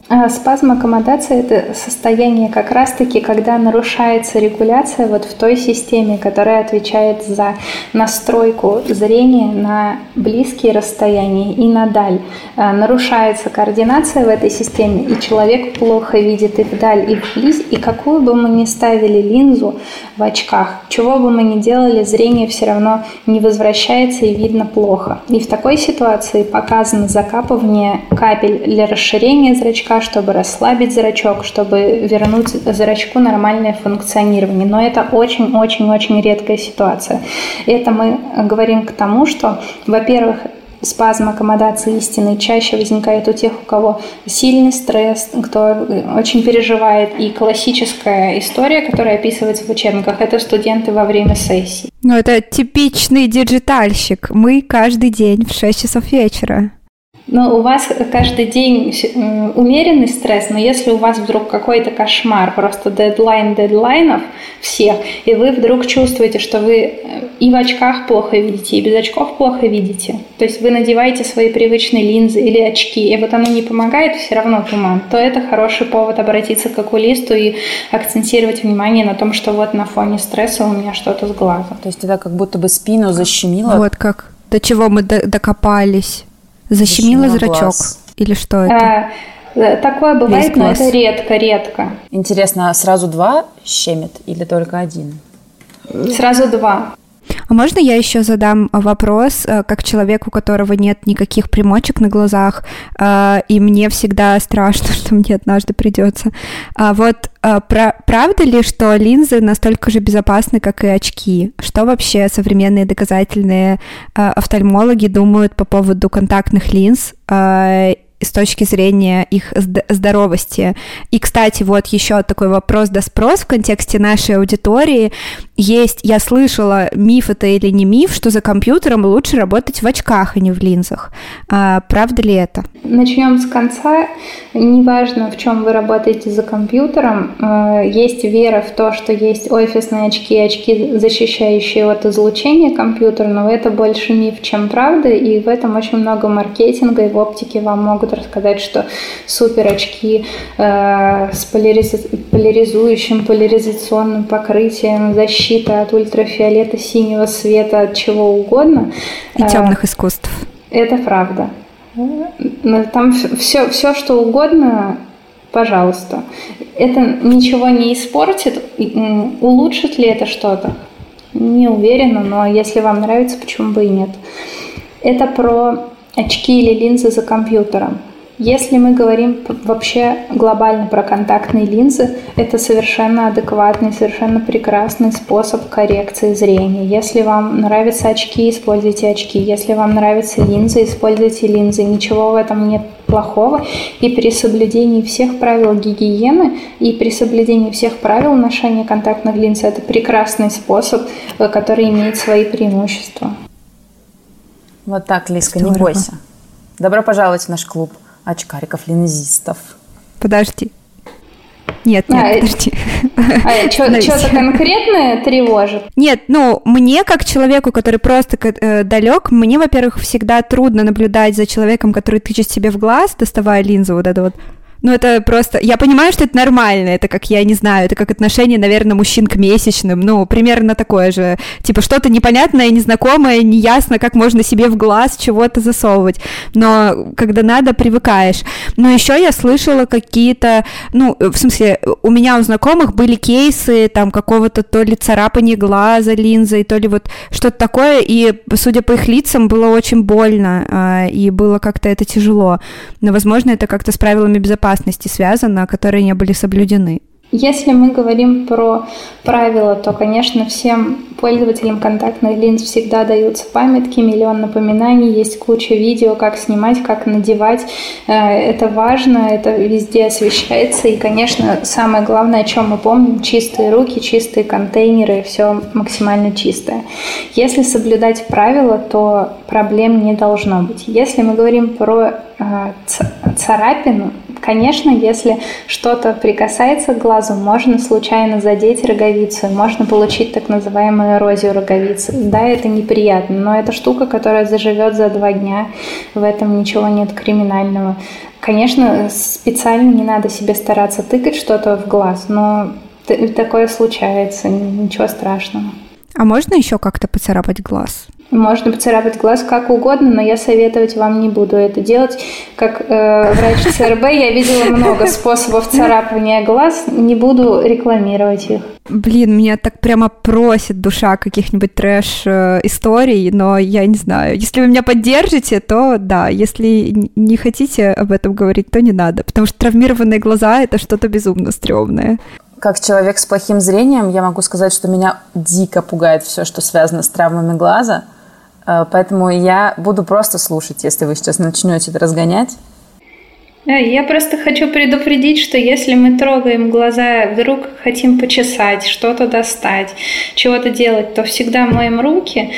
Спазм аккомодации – это состояние как раз-таки, когда нарушается регуляция вот в той системе, которая отвечает за настройку зрения на близкие расстояния и на даль. Нарушается координация в этой системе, и человек плохо видит и вдаль, и вблизь, и какую бы мы ни ставили линзу в очках, чего бы мы ни делали, зрение все равно не возвращается и видно плохо. И в такой ситуации показано закапывание капель для расширения зрачка, чтобы расслабить зрачок, чтобы вернуть зрачку нормальное функционирование. Но это очень-очень-очень редкая ситуация. Это мы говорим к тому, что, во-первых, спазм аккомодации истинный чаще возникает у тех, у кого сильный стресс, кто очень переживает. И классическая история, которая описывается в учебниках, это студенты во время сессии. Ну, это типичный диджитальщик. Мы каждый день в 6 часов вечера. Но у вас каждый день умеренный стресс, но если у вас вдруг какой-то кошмар, просто дедлайн дедлайнов всех, и вы вдруг чувствуете, что вы и в очках плохо видите, и без очков плохо видите, то есть вы надеваете свои привычные линзы или очки, и вот оно не помогает, все равно туман, то это хороший повод обратиться к окулисту и акцентировать внимание на том, что вот на фоне стресса у меня что-то с глазом. То есть это как будто бы спину защемило. Вот как. До чего мы докопались. Защемило зрачок? Глаз. Или что это? Такое бывает, но это редко. Интересно, сразу 2 щемит или только 1? Сразу 2. А можно я еще задам вопрос, как человек, у которого нет никаких примочек на глазах, и мне всегда страшно, что мне однажды придется. Правда ли, что линзы настолько же безопасны, как и очки? Что вообще современные доказательные офтальмологи думают по поводу контактных линз с точки зрения их здоровости? И, кстати, вот еще такой вопрос да спрос в контексте нашей аудитории. Я слышала, миф это или не миф, что за компьютером лучше работать в очках, а не в линзах. Правда ли это? Начнем с конца. Неважно, в чем вы работаете за компьютером, есть вера в то, что есть офисные очки, защищающие от излучения компьютерного. Это больше миф, чем правда, и в этом очень много маркетинга, и в оптике вам могут рассказать, что супер очки с поляризационным покрытием, защита от ультрафиолета, синего света, от чего угодно. И темных искусств. Это правда. Там все, что угодно, пожалуйста. Это ничего не испортит. Улучшит ли это что-то? Не уверена, но если вам нравится, почему бы и нет. Это про очки или линзы за компьютером. Если мы говорим вообще глобально про контактные линзы, это совершенно адекватный, совершенно прекрасный способ коррекции зрения. Если вам нравятся очки, используйте очки. Если вам нравятся линзы, используйте линзы. Ничего в этом нет плохого. И при соблюдении всех правил гигиены и при соблюдении всех правил ношения контактных линз, это прекрасный способ, который имеет свои преимущества. Вот так, Лизка, не бойся. Добро пожаловать в наш клуб очкариков-линзистов. Подожди. Нет, подожди. Что-то конкретное тревожит? Нет, мне, как человеку, который просто далек, мне, во-первых, всегда трудно наблюдать за человеком, который тычет себе в глаз, доставая линзу вот это вот. Это просто... Я понимаю, что это нормально, это как, я не знаю, это как отношение, наверное, мужчин к месячным, примерно такое же. Типа что-то непонятное, незнакомое, неясно, как можно себе в глаз чего-то засовывать. Но когда надо, привыкаешь. Но еще я слышала какие-то... в смысле, у меня у знакомых были кейсы там какого-то то ли царапания глаза линзой, то ли вот что-то такое, и, судя по их лицам, было очень больно, и было как-то это тяжело. Но, возможно, это как-то с правилами безопасности связано, которые не были соблюдены. Если мы говорим про правила, то, конечно, всем пользователям контактных линз всегда даются памятки, миллион напоминаний, есть куча видео, как снимать, как надевать. Это важно, это везде освещается. И, конечно, самое главное, о чем мы помним, чистые руки, чистые контейнеры, все максимально чистое. Если соблюдать правила, то проблем не должно быть. Если мы говорим про царапину, конечно, если что-то прикасается к глазу, глазу можно случайно задеть роговицу, можно получить так называемую эрозию роговицы. Да, это неприятно, но это штука, которая заживет за 2 дня, в этом ничего нет криминального. Конечно, специально не надо себе стараться тыкать что-то в глаз, но такое случается, ничего страшного. А можно еще как-то поцарапать глаз? Можно поцарапать глаз как угодно, но я советовать вам не буду это делать. Как врач ЦРБ я видела много способов царапания глаз, не буду рекламировать их. Блин, меня так прямо просит душа каких-нибудь трэш-историй, но я не знаю. Если вы меня поддержите, то да. Если не хотите об этом говорить, то не надо. Потому что травмированные глаза — это что-то безумно стрёмное. Как человек с плохим зрением, я могу сказать, что меня дико пугает все, что связано с травмами глаза. Поэтому я буду просто слушать, если вы сейчас начнете это разгонять. Я просто хочу предупредить, что если мы трогаем глаза, вдруг хотим почесать, что-то достать, чего-то делать, то всегда моем руки.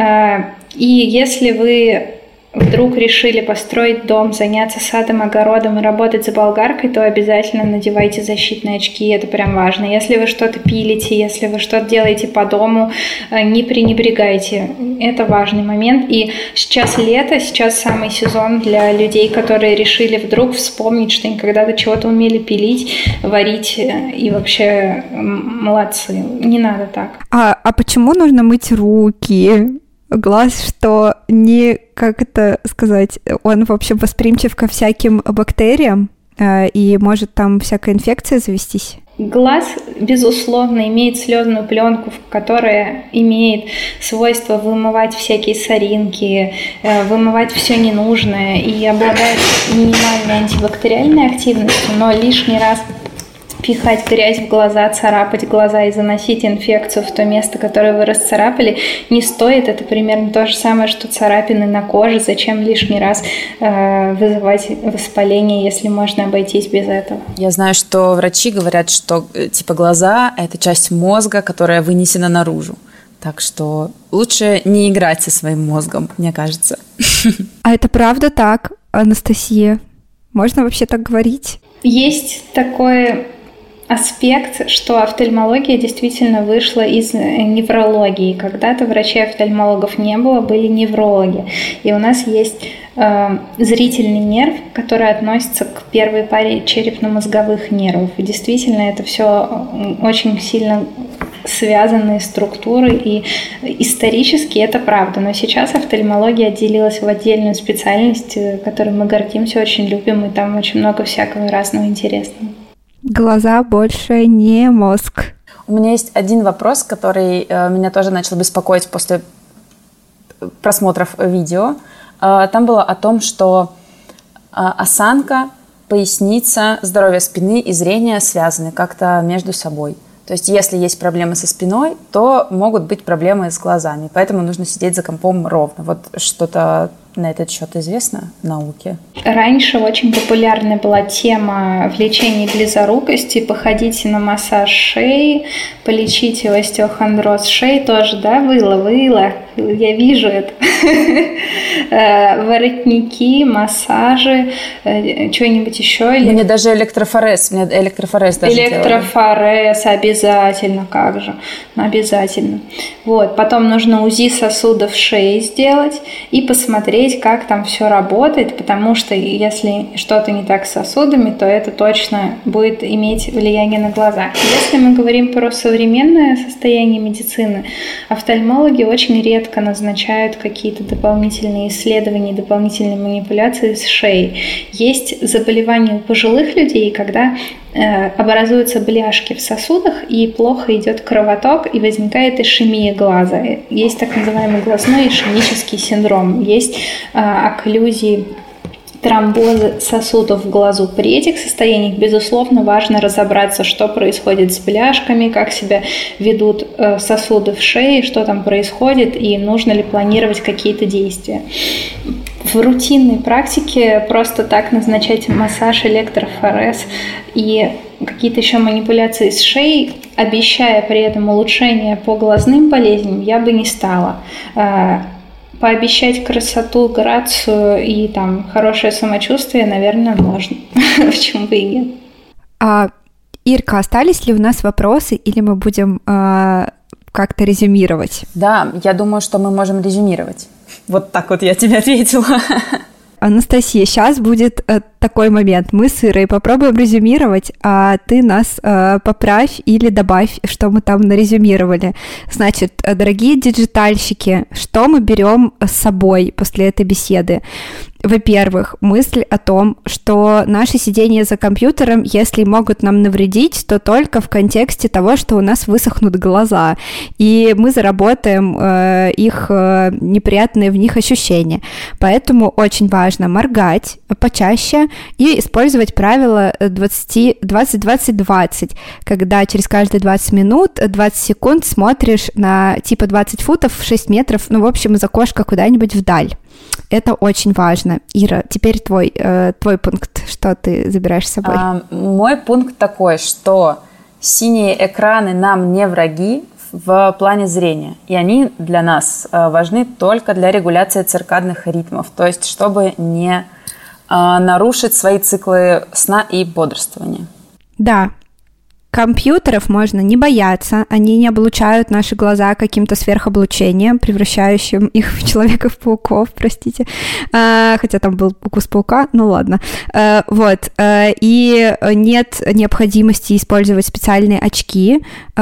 И если вы вдруг решили построить дом, заняться садом, огородом и работать за болгаркой, то обязательно надевайте защитные очки, это прям важно. Если вы что-то пилите, если вы что-то делаете по дому, не пренебрегайте. Это важный момент. И сейчас лето, сейчас самый сезон для людей, которые решили вдруг вспомнить, что они когда-то чего-то умели пилить, варить, и вообще молодцы. Не надо так. А почему нужно мыть руки? Глаз, что не, как это сказать, он, в общем, восприимчив ко всяким бактериям, и может там всякая инфекция завестись? Глаз, безусловно, имеет слезную пленку, которая имеет свойство вымывать всякие соринки, вымывать все ненужное и обладает минимальной антибактериальной активностью, но лишний раз пихать грязь в глаза, царапать глаза и заносить инфекцию в то место, которое вы расцарапали, не стоит. Это примерно то же самое, что царапины на коже. Зачем лишний раз вызывать воспаление, если можно обойтись без этого? Я знаю, что врачи говорят, что типа глаза – это часть мозга, которая вынесена наружу. Так что лучше не играть со своим мозгом, мне кажется. А это правда так, Анастасия? Можно вообще так говорить? Есть такой аспект, что офтальмология действительно вышла из неврологии. Когда-то врачей-офтальмологов не было, были неврологи. И у нас есть зрительный нерв, который относится к первой паре черепно-мозговых нервов. И действительно, это все очень сильно связанные структуры, и исторически это правда. Но сейчас офтальмология отделилась в отдельную специальность, которой мы гордимся, очень любим, и там очень много всякого разного интересного. Глаза больше не мозг. У меня есть один вопрос, который меня тоже начал беспокоить после просмотров видео. Там было о том, что осанка, поясница, здоровье спины и зрение связаны как-то между собой. То есть, если есть проблемы со спиной, то могут быть проблемы с глазами. Поэтому нужно сидеть за компом ровно. Вот что-то на этот счет известно в науке? Раньше очень популярная была тема в лечении близорукости. Походите на массаж шеи, полечите остеохондроз шеи тоже, да, выла. Я вижу это. Воротники, массажи, что-нибудь еще. Мне даже электрофорез. Электрофорез обязательно, как же, обязательно. Вот, потом нужно УЗИ сосудов шеи сделать и посмотреть, как там все работает, потому что если что-то не так с сосудами, то это точно будет иметь влияние на глаза. Если мы говорим про современное состояние медицины, офтальмологи очень редко назначают какие-то дополнительные исследования, дополнительные манипуляции с шеей. Есть заболевания у пожилых людей, когда образуются бляшки в сосудах и плохо идет кровоток и возникает ишемия глаза. Есть так называемый глазной ишемический синдром, есть окклюзии, тромбозы сосудов в глазу. При этих состояниях, безусловно, важно разобраться, что происходит с бляшками, как себя ведут сосуды в шее, что там происходит и нужно ли планировать какие-то действия. В рутинной практике просто так назначать массаж, электрофорез и какие-то еще манипуляции с шеей, обещая при этом улучшение по глазным болезням, я бы не стала. Пообещать красоту, грацию и там хорошее самочувствие, наверное, можно. Почему бы и нет? Ирка, остались ли у нас вопросы, или мы будем как-то резюмировать? Да, я думаю, что мы можем резюмировать. Вот так вот я тебе ответила. Анастасия, сейчас будет такой момент. Мы с Ирой попробуем резюмировать, а ты нас поправь или добавь, что мы там нарезюмировали. Значит, дорогие диджитальщики, что мы берем с собой после этой беседы? Во-первых, мысль о том, что наши сидения за компьютером, если могут нам навредить, то только в контексте того, что у нас высохнут глаза, и мы заработаем их неприятные в них ощущения. Поэтому очень важно моргать почаще и использовать правило 20-20-20, когда через каждые 20 минут, 20 секунд смотришь на типа 20 футов, 6 метров, ну, в общем, из окошка куда-нибудь вдаль. Это очень важно. Ира, теперь твой пункт. Что ты забираешь с собой? Мой пункт такой, что синие экраны нам не враги в плане зрения. И они для нас важны только для регуляции циркадных ритмов. То есть, чтобы не нарушить свои циклы сна и бодрствования. Да. Компьютеров можно не бояться, они не облучают наши глаза каким-то сверхоблучением, превращающим их в Человеков-пауков, простите, хотя там был укус паука, ну ладно, и нет необходимости использовать специальные очки,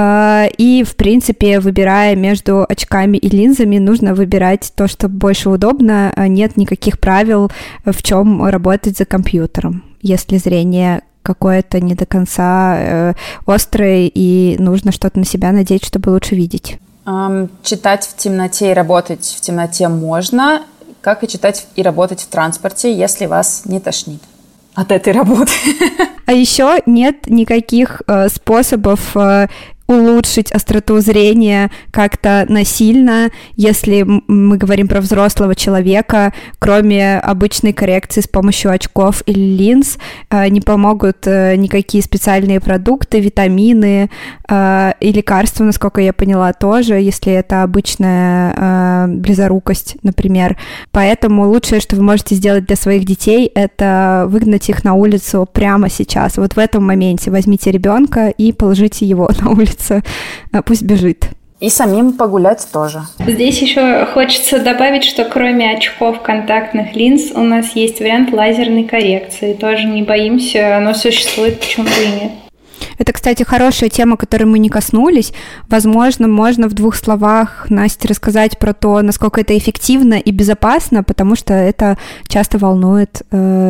и, в принципе, выбирая между очками и линзами, нужно выбирать то, что больше удобно, нет никаких правил, в чем работать за компьютером, если зрение какое-то не до конца острое, и нужно что-то на себя надеть, чтобы лучше видеть. Читать в темноте и работать в темноте можно, как и читать и работать в транспорте, если вас не тошнит от этой работы. А еще нет никаких способов улучшить остроту зрения как-то насильно, если мы говорим про взрослого человека, кроме обычной коррекции с помощью очков или линз, не помогут никакие специальные продукты, витамины и лекарства, насколько я поняла, тоже, если это обычная близорукость, например. Поэтому лучшее, что вы можете сделать для своих детей, это выгнать их на улицу прямо сейчас. Вот в этом моменте возьмите ребенка и положите его на улицу. Пусть бежит. И самим погулять тоже. Здесь еще хочется добавить, что кроме очков контактных линз у нас есть вариант лазерной коррекции. Тоже не боимся, оно существует, почему бы и нет. Это, кстати, хорошая тема, которой мы не коснулись. Возможно, можно в 2 словах, Насте, рассказать про то, насколько это эффективно и безопасно, потому что это часто волнует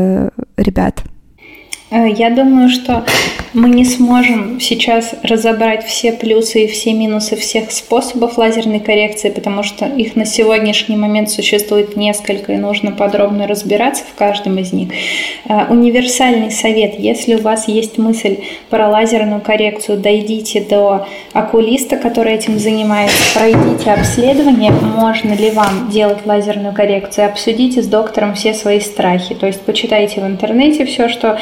ребят. Я думаю, что мы не сможем сейчас разобрать все плюсы и все минусы всех способов лазерной коррекции, потому что их на сегодняшний момент существует несколько, и нужно подробно разбираться в каждом из них. Универсальный совет: если у вас есть мысль про лазерную коррекцию, дойдите до окулиста, который этим занимается, пройдите обследование, можно ли вам делать лазерную коррекцию, обсудите с доктором все свои страхи, то есть почитайте в интернете все, что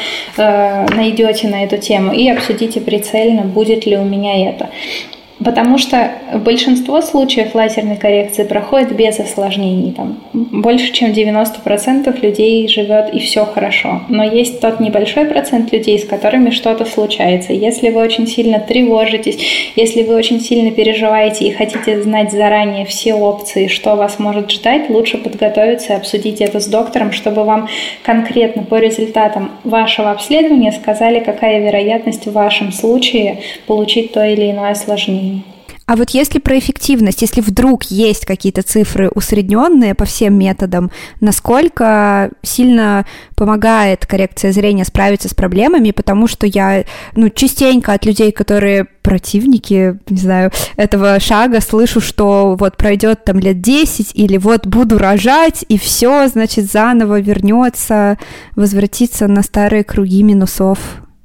найдете на эту тему, и обсудите прицельно, будет ли у меня это. Потому что большинство случаев лазерной коррекции проходит без осложнений. Там больше чем 90% людей живет и все хорошо. Но есть тот небольшой процент людей, с которыми что-то случается. Если вы очень сильно тревожитесь, если вы очень сильно переживаете и хотите знать заранее все опции, что вас может ждать, лучше подготовиться и обсудить это с доктором, чтобы вам конкретно по результатам вашего обследования сказали, какая вероятность в вашем случае получить то или иное осложнение. А вот если про эффективность, если вдруг есть какие-то цифры усредненные по всем методам, насколько сильно помогает коррекция зрения справиться с проблемами, потому что я частенько от людей, которые противники, не знаю, этого шага, слышу, что вот пройдет там лет 10, или вот буду рожать, и все, значит, заново вернется, возвратится на старые круги минусов.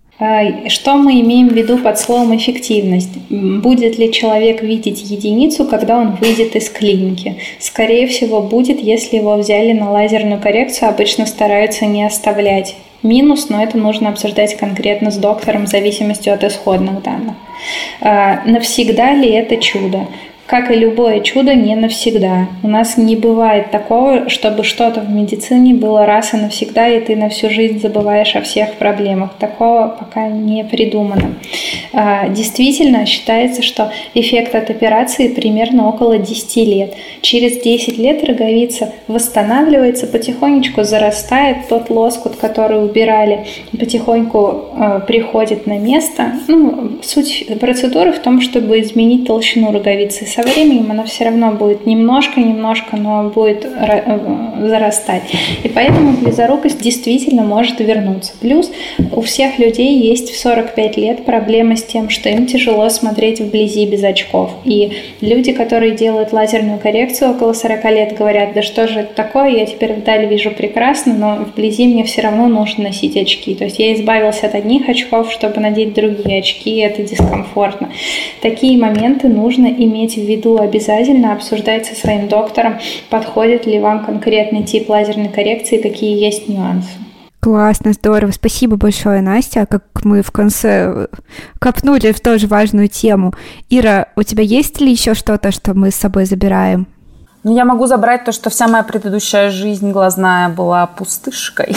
Что мы имеем в виду под словом «эффективность»? Будет ли человек видеть единицу, когда он выйдет из клиники? Скорее всего, будет, если его взяли на лазерную коррекцию, обычно стараются не оставлять минус, но это нужно обсуждать конкретно с доктором в зависимости от исходных данных. Навсегда ли это чудо? как и любое чудо, не навсегда. У нас не бывает такого, чтобы что-то в медицине было раз и навсегда, и ты на всю жизнь забываешь о всех проблемах. Такого пока не придумано. Действительно, считается, что эффект от операции примерно около 10 лет. Через 10 лет роговица восстанавливается, потихонечку зарастает, тот лоскут, который убирали, потихоньку приходит на место. Суть процедуры в том, чтобы изменить толщину роговицы. Со временем она все равно будет немножко, но будет зарастать. И поэтому близорукость действительно может вернуться. Плюс у всех людей есть в 45 лет проблемы с тем, что им тяжело смотреть вблизи без очков. И люди, которые делают лазерную коррекцию около 40 лет, говорят: да что же это такое, я теперь вдаль вижу прекрасно, но вблизи мне все равно нужно носить очки. То есть я избавился от одних очков, чтобы надеть другие очки, и это дискомфортно. Такие моменты нужно иметь в виду обязательно, обсуждать со своим доктором, подходит ли вам конкретный тип лазерной коррекции, какие есть нюансы. Классно, здорово. Спасибо большое, Настя. Как мы в конце копнули в тоже важную тему. Ира, у тебя есть ли еще что-то, что мы с собой забираем? Я могу забрать то, что вся моя предыдущая жизнь глазная была пустышкой.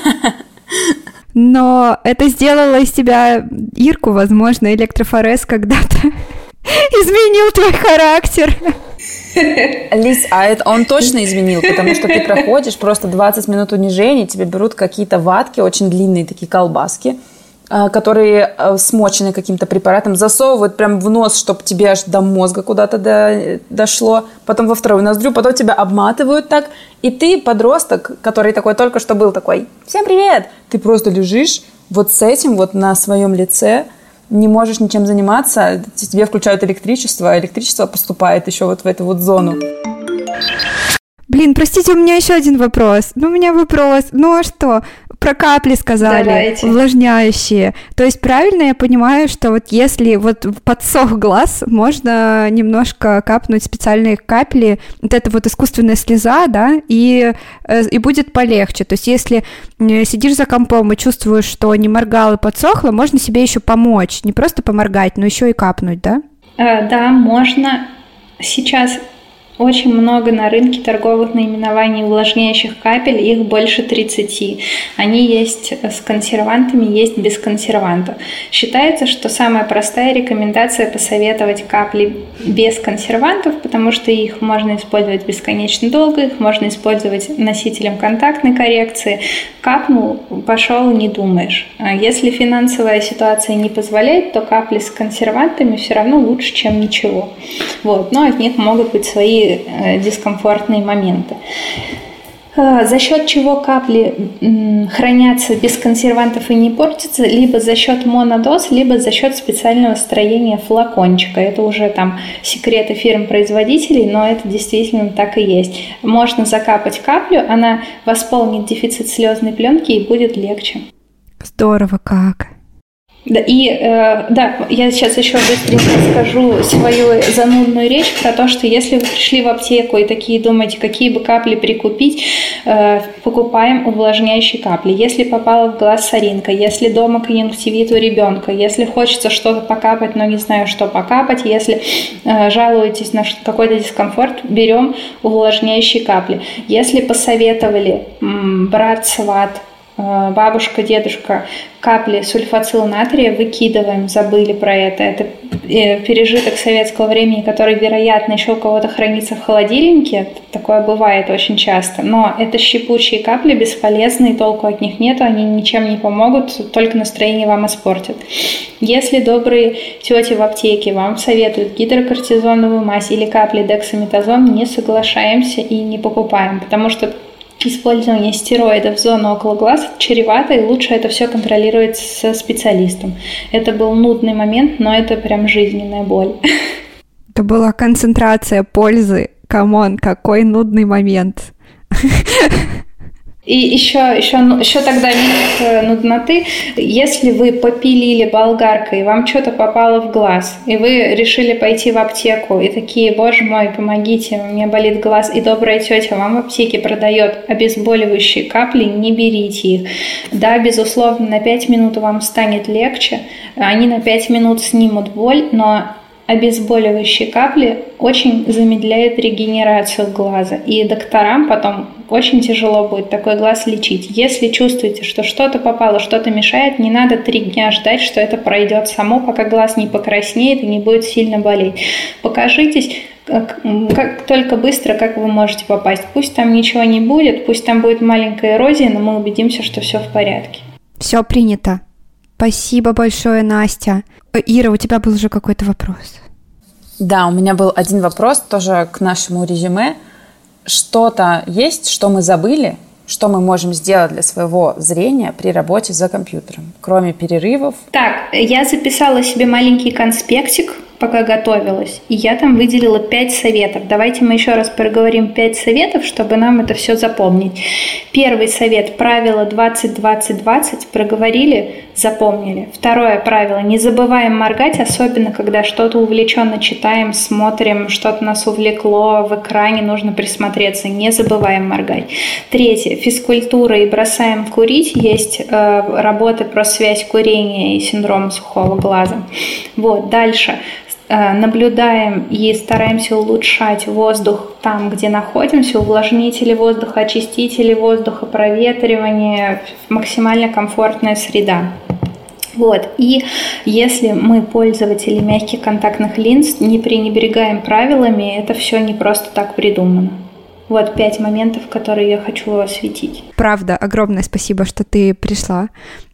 Но это сделало из тебя Ирку, возможно, электрофорез когда-то изменил твой характер. Лиз, он точно изменил, потому что ты проходишь просто 20 минут унижений, тебе берут какие-то ватки, очень длинные такие колбаски, которые смочены каким-то препаратом, засовывают прям в нос, чтобы тебе аж до мозга куда-то дошло, потом во вторую ноздрю, потом тебя обматывают так, и ты, подросток, который такой только что был такой: «Всем привет!» Ты просто лежишь вот с этим вот на своем лице, не можешь ничем заниматься, тебе включают электричество, а электричество поступает еще вот в эту вот зону. Блин, простите, у меня еще один вопрос. А что? Про капли сказали. Давайте. Увлажняющие. То есть правильно я понимаю, что вот если вот подсох глаз, можно немножко капнуть специальные капли, вот это вот искусственная слеза, да, и будет полегче. То есть если сидишь за компом и чувствуешь, что не моргал и подсохло, можно себе еще помочь. Не просто поморгать, но еще и капнуть, да? Да, можно. Сейчас очень много на рынке торговых наименований увлажняющих капель, их больше 30. Они есть с консервантами, есть без консервантов. Считается, что самая простая рекомендация посоветовать капли без консервантов, потому что их можно использовать бесконечно долго, их можно использовать носителем контактной коррекции. Капнул, пошел, не думаешь. Если финансовая ситуация не позволяет, то капли с консервантами все равно лучше, чем ничего. Но от них могут быть свои дискомфортные моменты. За счет чего капли хранятся без консервантов и не портятся, либо за счет монодоз, либо за счет специального строения флакончика. Это уже там секреты фирм-производителей, но это действительно так и есть. Можно закапать каплю, она восполнит дефицит слезной пленки и будет легче. Здорово как. Да, я сейчас еще быстренько скажу свою занудную речь про то, что если вы пришли в аптеку и такие думаете, какие бы капли прикупить, покупаем увлажняющие капли. Если попала в глаз соринка, если дома конъюнктивит у ребенка, если хочется что-то покапать, но не знаю, что покапать, если жалуетесь на какой-то дискомфорт, берем увлажняющие капли. Если посоветовали брат, сват, бабушка, дедушка, капли сульфацил натрия выкидываем, забыли про это. Это пережиток советского времени, который, вероятно, еще у кого-то хранится в холодильнике. Такое бывает очень часто. Но это щепучие капли, бесполезные, толку от них нету, они ничем не помогут, только настроение вам испортят. Если добрые тети в аптеке вам советуют гидрокортизоновую мазь или капли дексаметазон, не соглашаемся и не покупаем, потому что использование стероидов в зону около глаз чревато, и лучше это все контролировать со специалистом. Это был нудный момент, но это прям жизненная боль. Это была концентрация пользы. Камон, какой нудный момент. И еще тогда нет нудноты. Если вы попилили болгаркой, вам что-то попало в глаз, и вы решили пойти в аптеку, и такие: боже мой, помогите, у меня болит глаз, и добрая тетя вам в аптеке продает обезболивающие капли, не берите их. Да, безусловно, на 5 минут вам станет легче, они на 5 минут снимут боль, но обезболивающие капли очень замедляют регенерацию глаза. И докторам потом очень тяжело будет такой глаз лечить. Если чувствуете, что что-то попало, что-то мешает, не надо 3 дня ждать, что это пройдет само, пока глаз не покраснеет и не будет сильно болеть. Покажитесь как только быстро, как вы можете попасть. Пусть там ничего не будет, пусть там будет маленькая эрозия, но мы убедимся, что все в порядке. Все принято. Спасибо большое, Настя. Ира, у тебя был уже какой-то вопрос? Да, у меня был один вопрос тоже к нашему резюме. Что-то есть, что мы забыли, что мы можем сделать для своего зрения при работе за компьютером, кроме перерывов? Так, я записала себе маленький конспектик, пока готовилась, и я там выделила 5 советов. Давайте мы еще раз проговорим 5 советов, чтобы нам это все запомнить. Первый совет – правило 20-20-20. Проговорили, запомнили. Второе правило – не забываем моргать, особенно когда что-то увлеченно читаем, смотрим, что-то нас увлекло в экране, нужно присмотреться. Не забываем моргать. Третье – физкультура и бросаем курить. Есть работы про связь курения и синдрома сухого глаза. Вот, дальше. Наблюдаем и стараемся улучшать воздух там, где находимся, увлажнители воздуха, очистители воздуха, проветривание, максимально комфортная среда. Вот. И если мы пользователи мягких контактных линз, не пренебрегаем правилами, это все не просто так придумано. Вот 5 моментов, которые я хочу осветить. Правда, огромное спасибо, что ты пришла.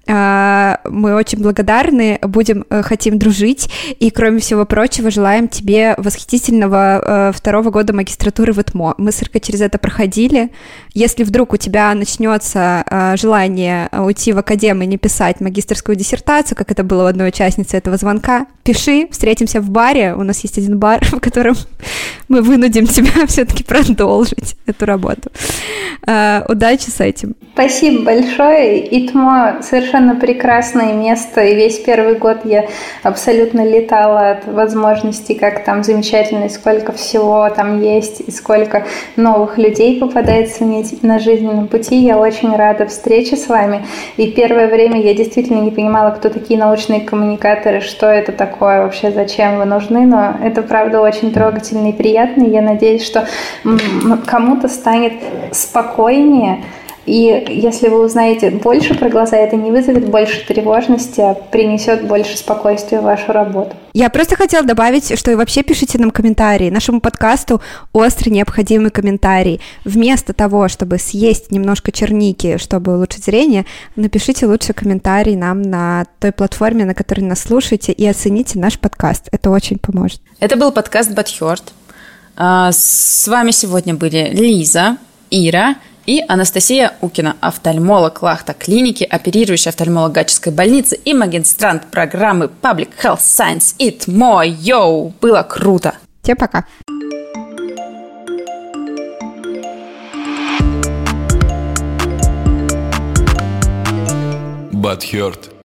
Мы очень благодарны, хотим дружить, и, кроме всего прочего, желаем тебе восхитительного 2-го года магистратуры в ИТМО. Мы с Иркой через это проходили. Если вдруг у тебя начнется желание уйти в академ и не писать магистерскую диссертацию, как это было у одной участницы этого звонка, пиши, встретимся в баре. У нас есть один бар, в котором мы вынудим тебя все-таки продолжить эту работу. Удачи с этим. Спасибо большое. ИТМО совершенно прекрасное место, и весь первый год я абсолютно летала от возможностей, как там замечательно, и сколько всего там есть, и сколько новых людей попадается мне на жизненном пути. Я очень рада встрече с вами. И первое время я действительно не понимала, кто такие научные коммуникаторы, что это такое вообще, зачем вы нужны, но это правда очень трогательно и приятно. И я надеюсь, что кому-то станет спокойнее. И если вы узнаете больше про глаза, это не вызовет больше тревожности, а принесет больше спокойствия в вашу работу. Я просто хотела добавить, что и вообще пишите нам комментарии. Нашему подкасту остро необходимы комментарии. Вместо того, чтобы съесть немножко черники, чтобы улучшить зрение, напишите лучше комментарий нам на той платформе, на которой нас слушаете, и оцените наш подкаст. Это очень поможет. Это был подкаст Butthurt. С вами сегодня были Лиза, Ира и Анастасия Укина, офтальмолог Лахта клиники, оперирующий офтальмолог Гатчинской больницы и магистрант программы Public Health Science ИТМО. Йоу! Было круто! Всем пока! Butthurt.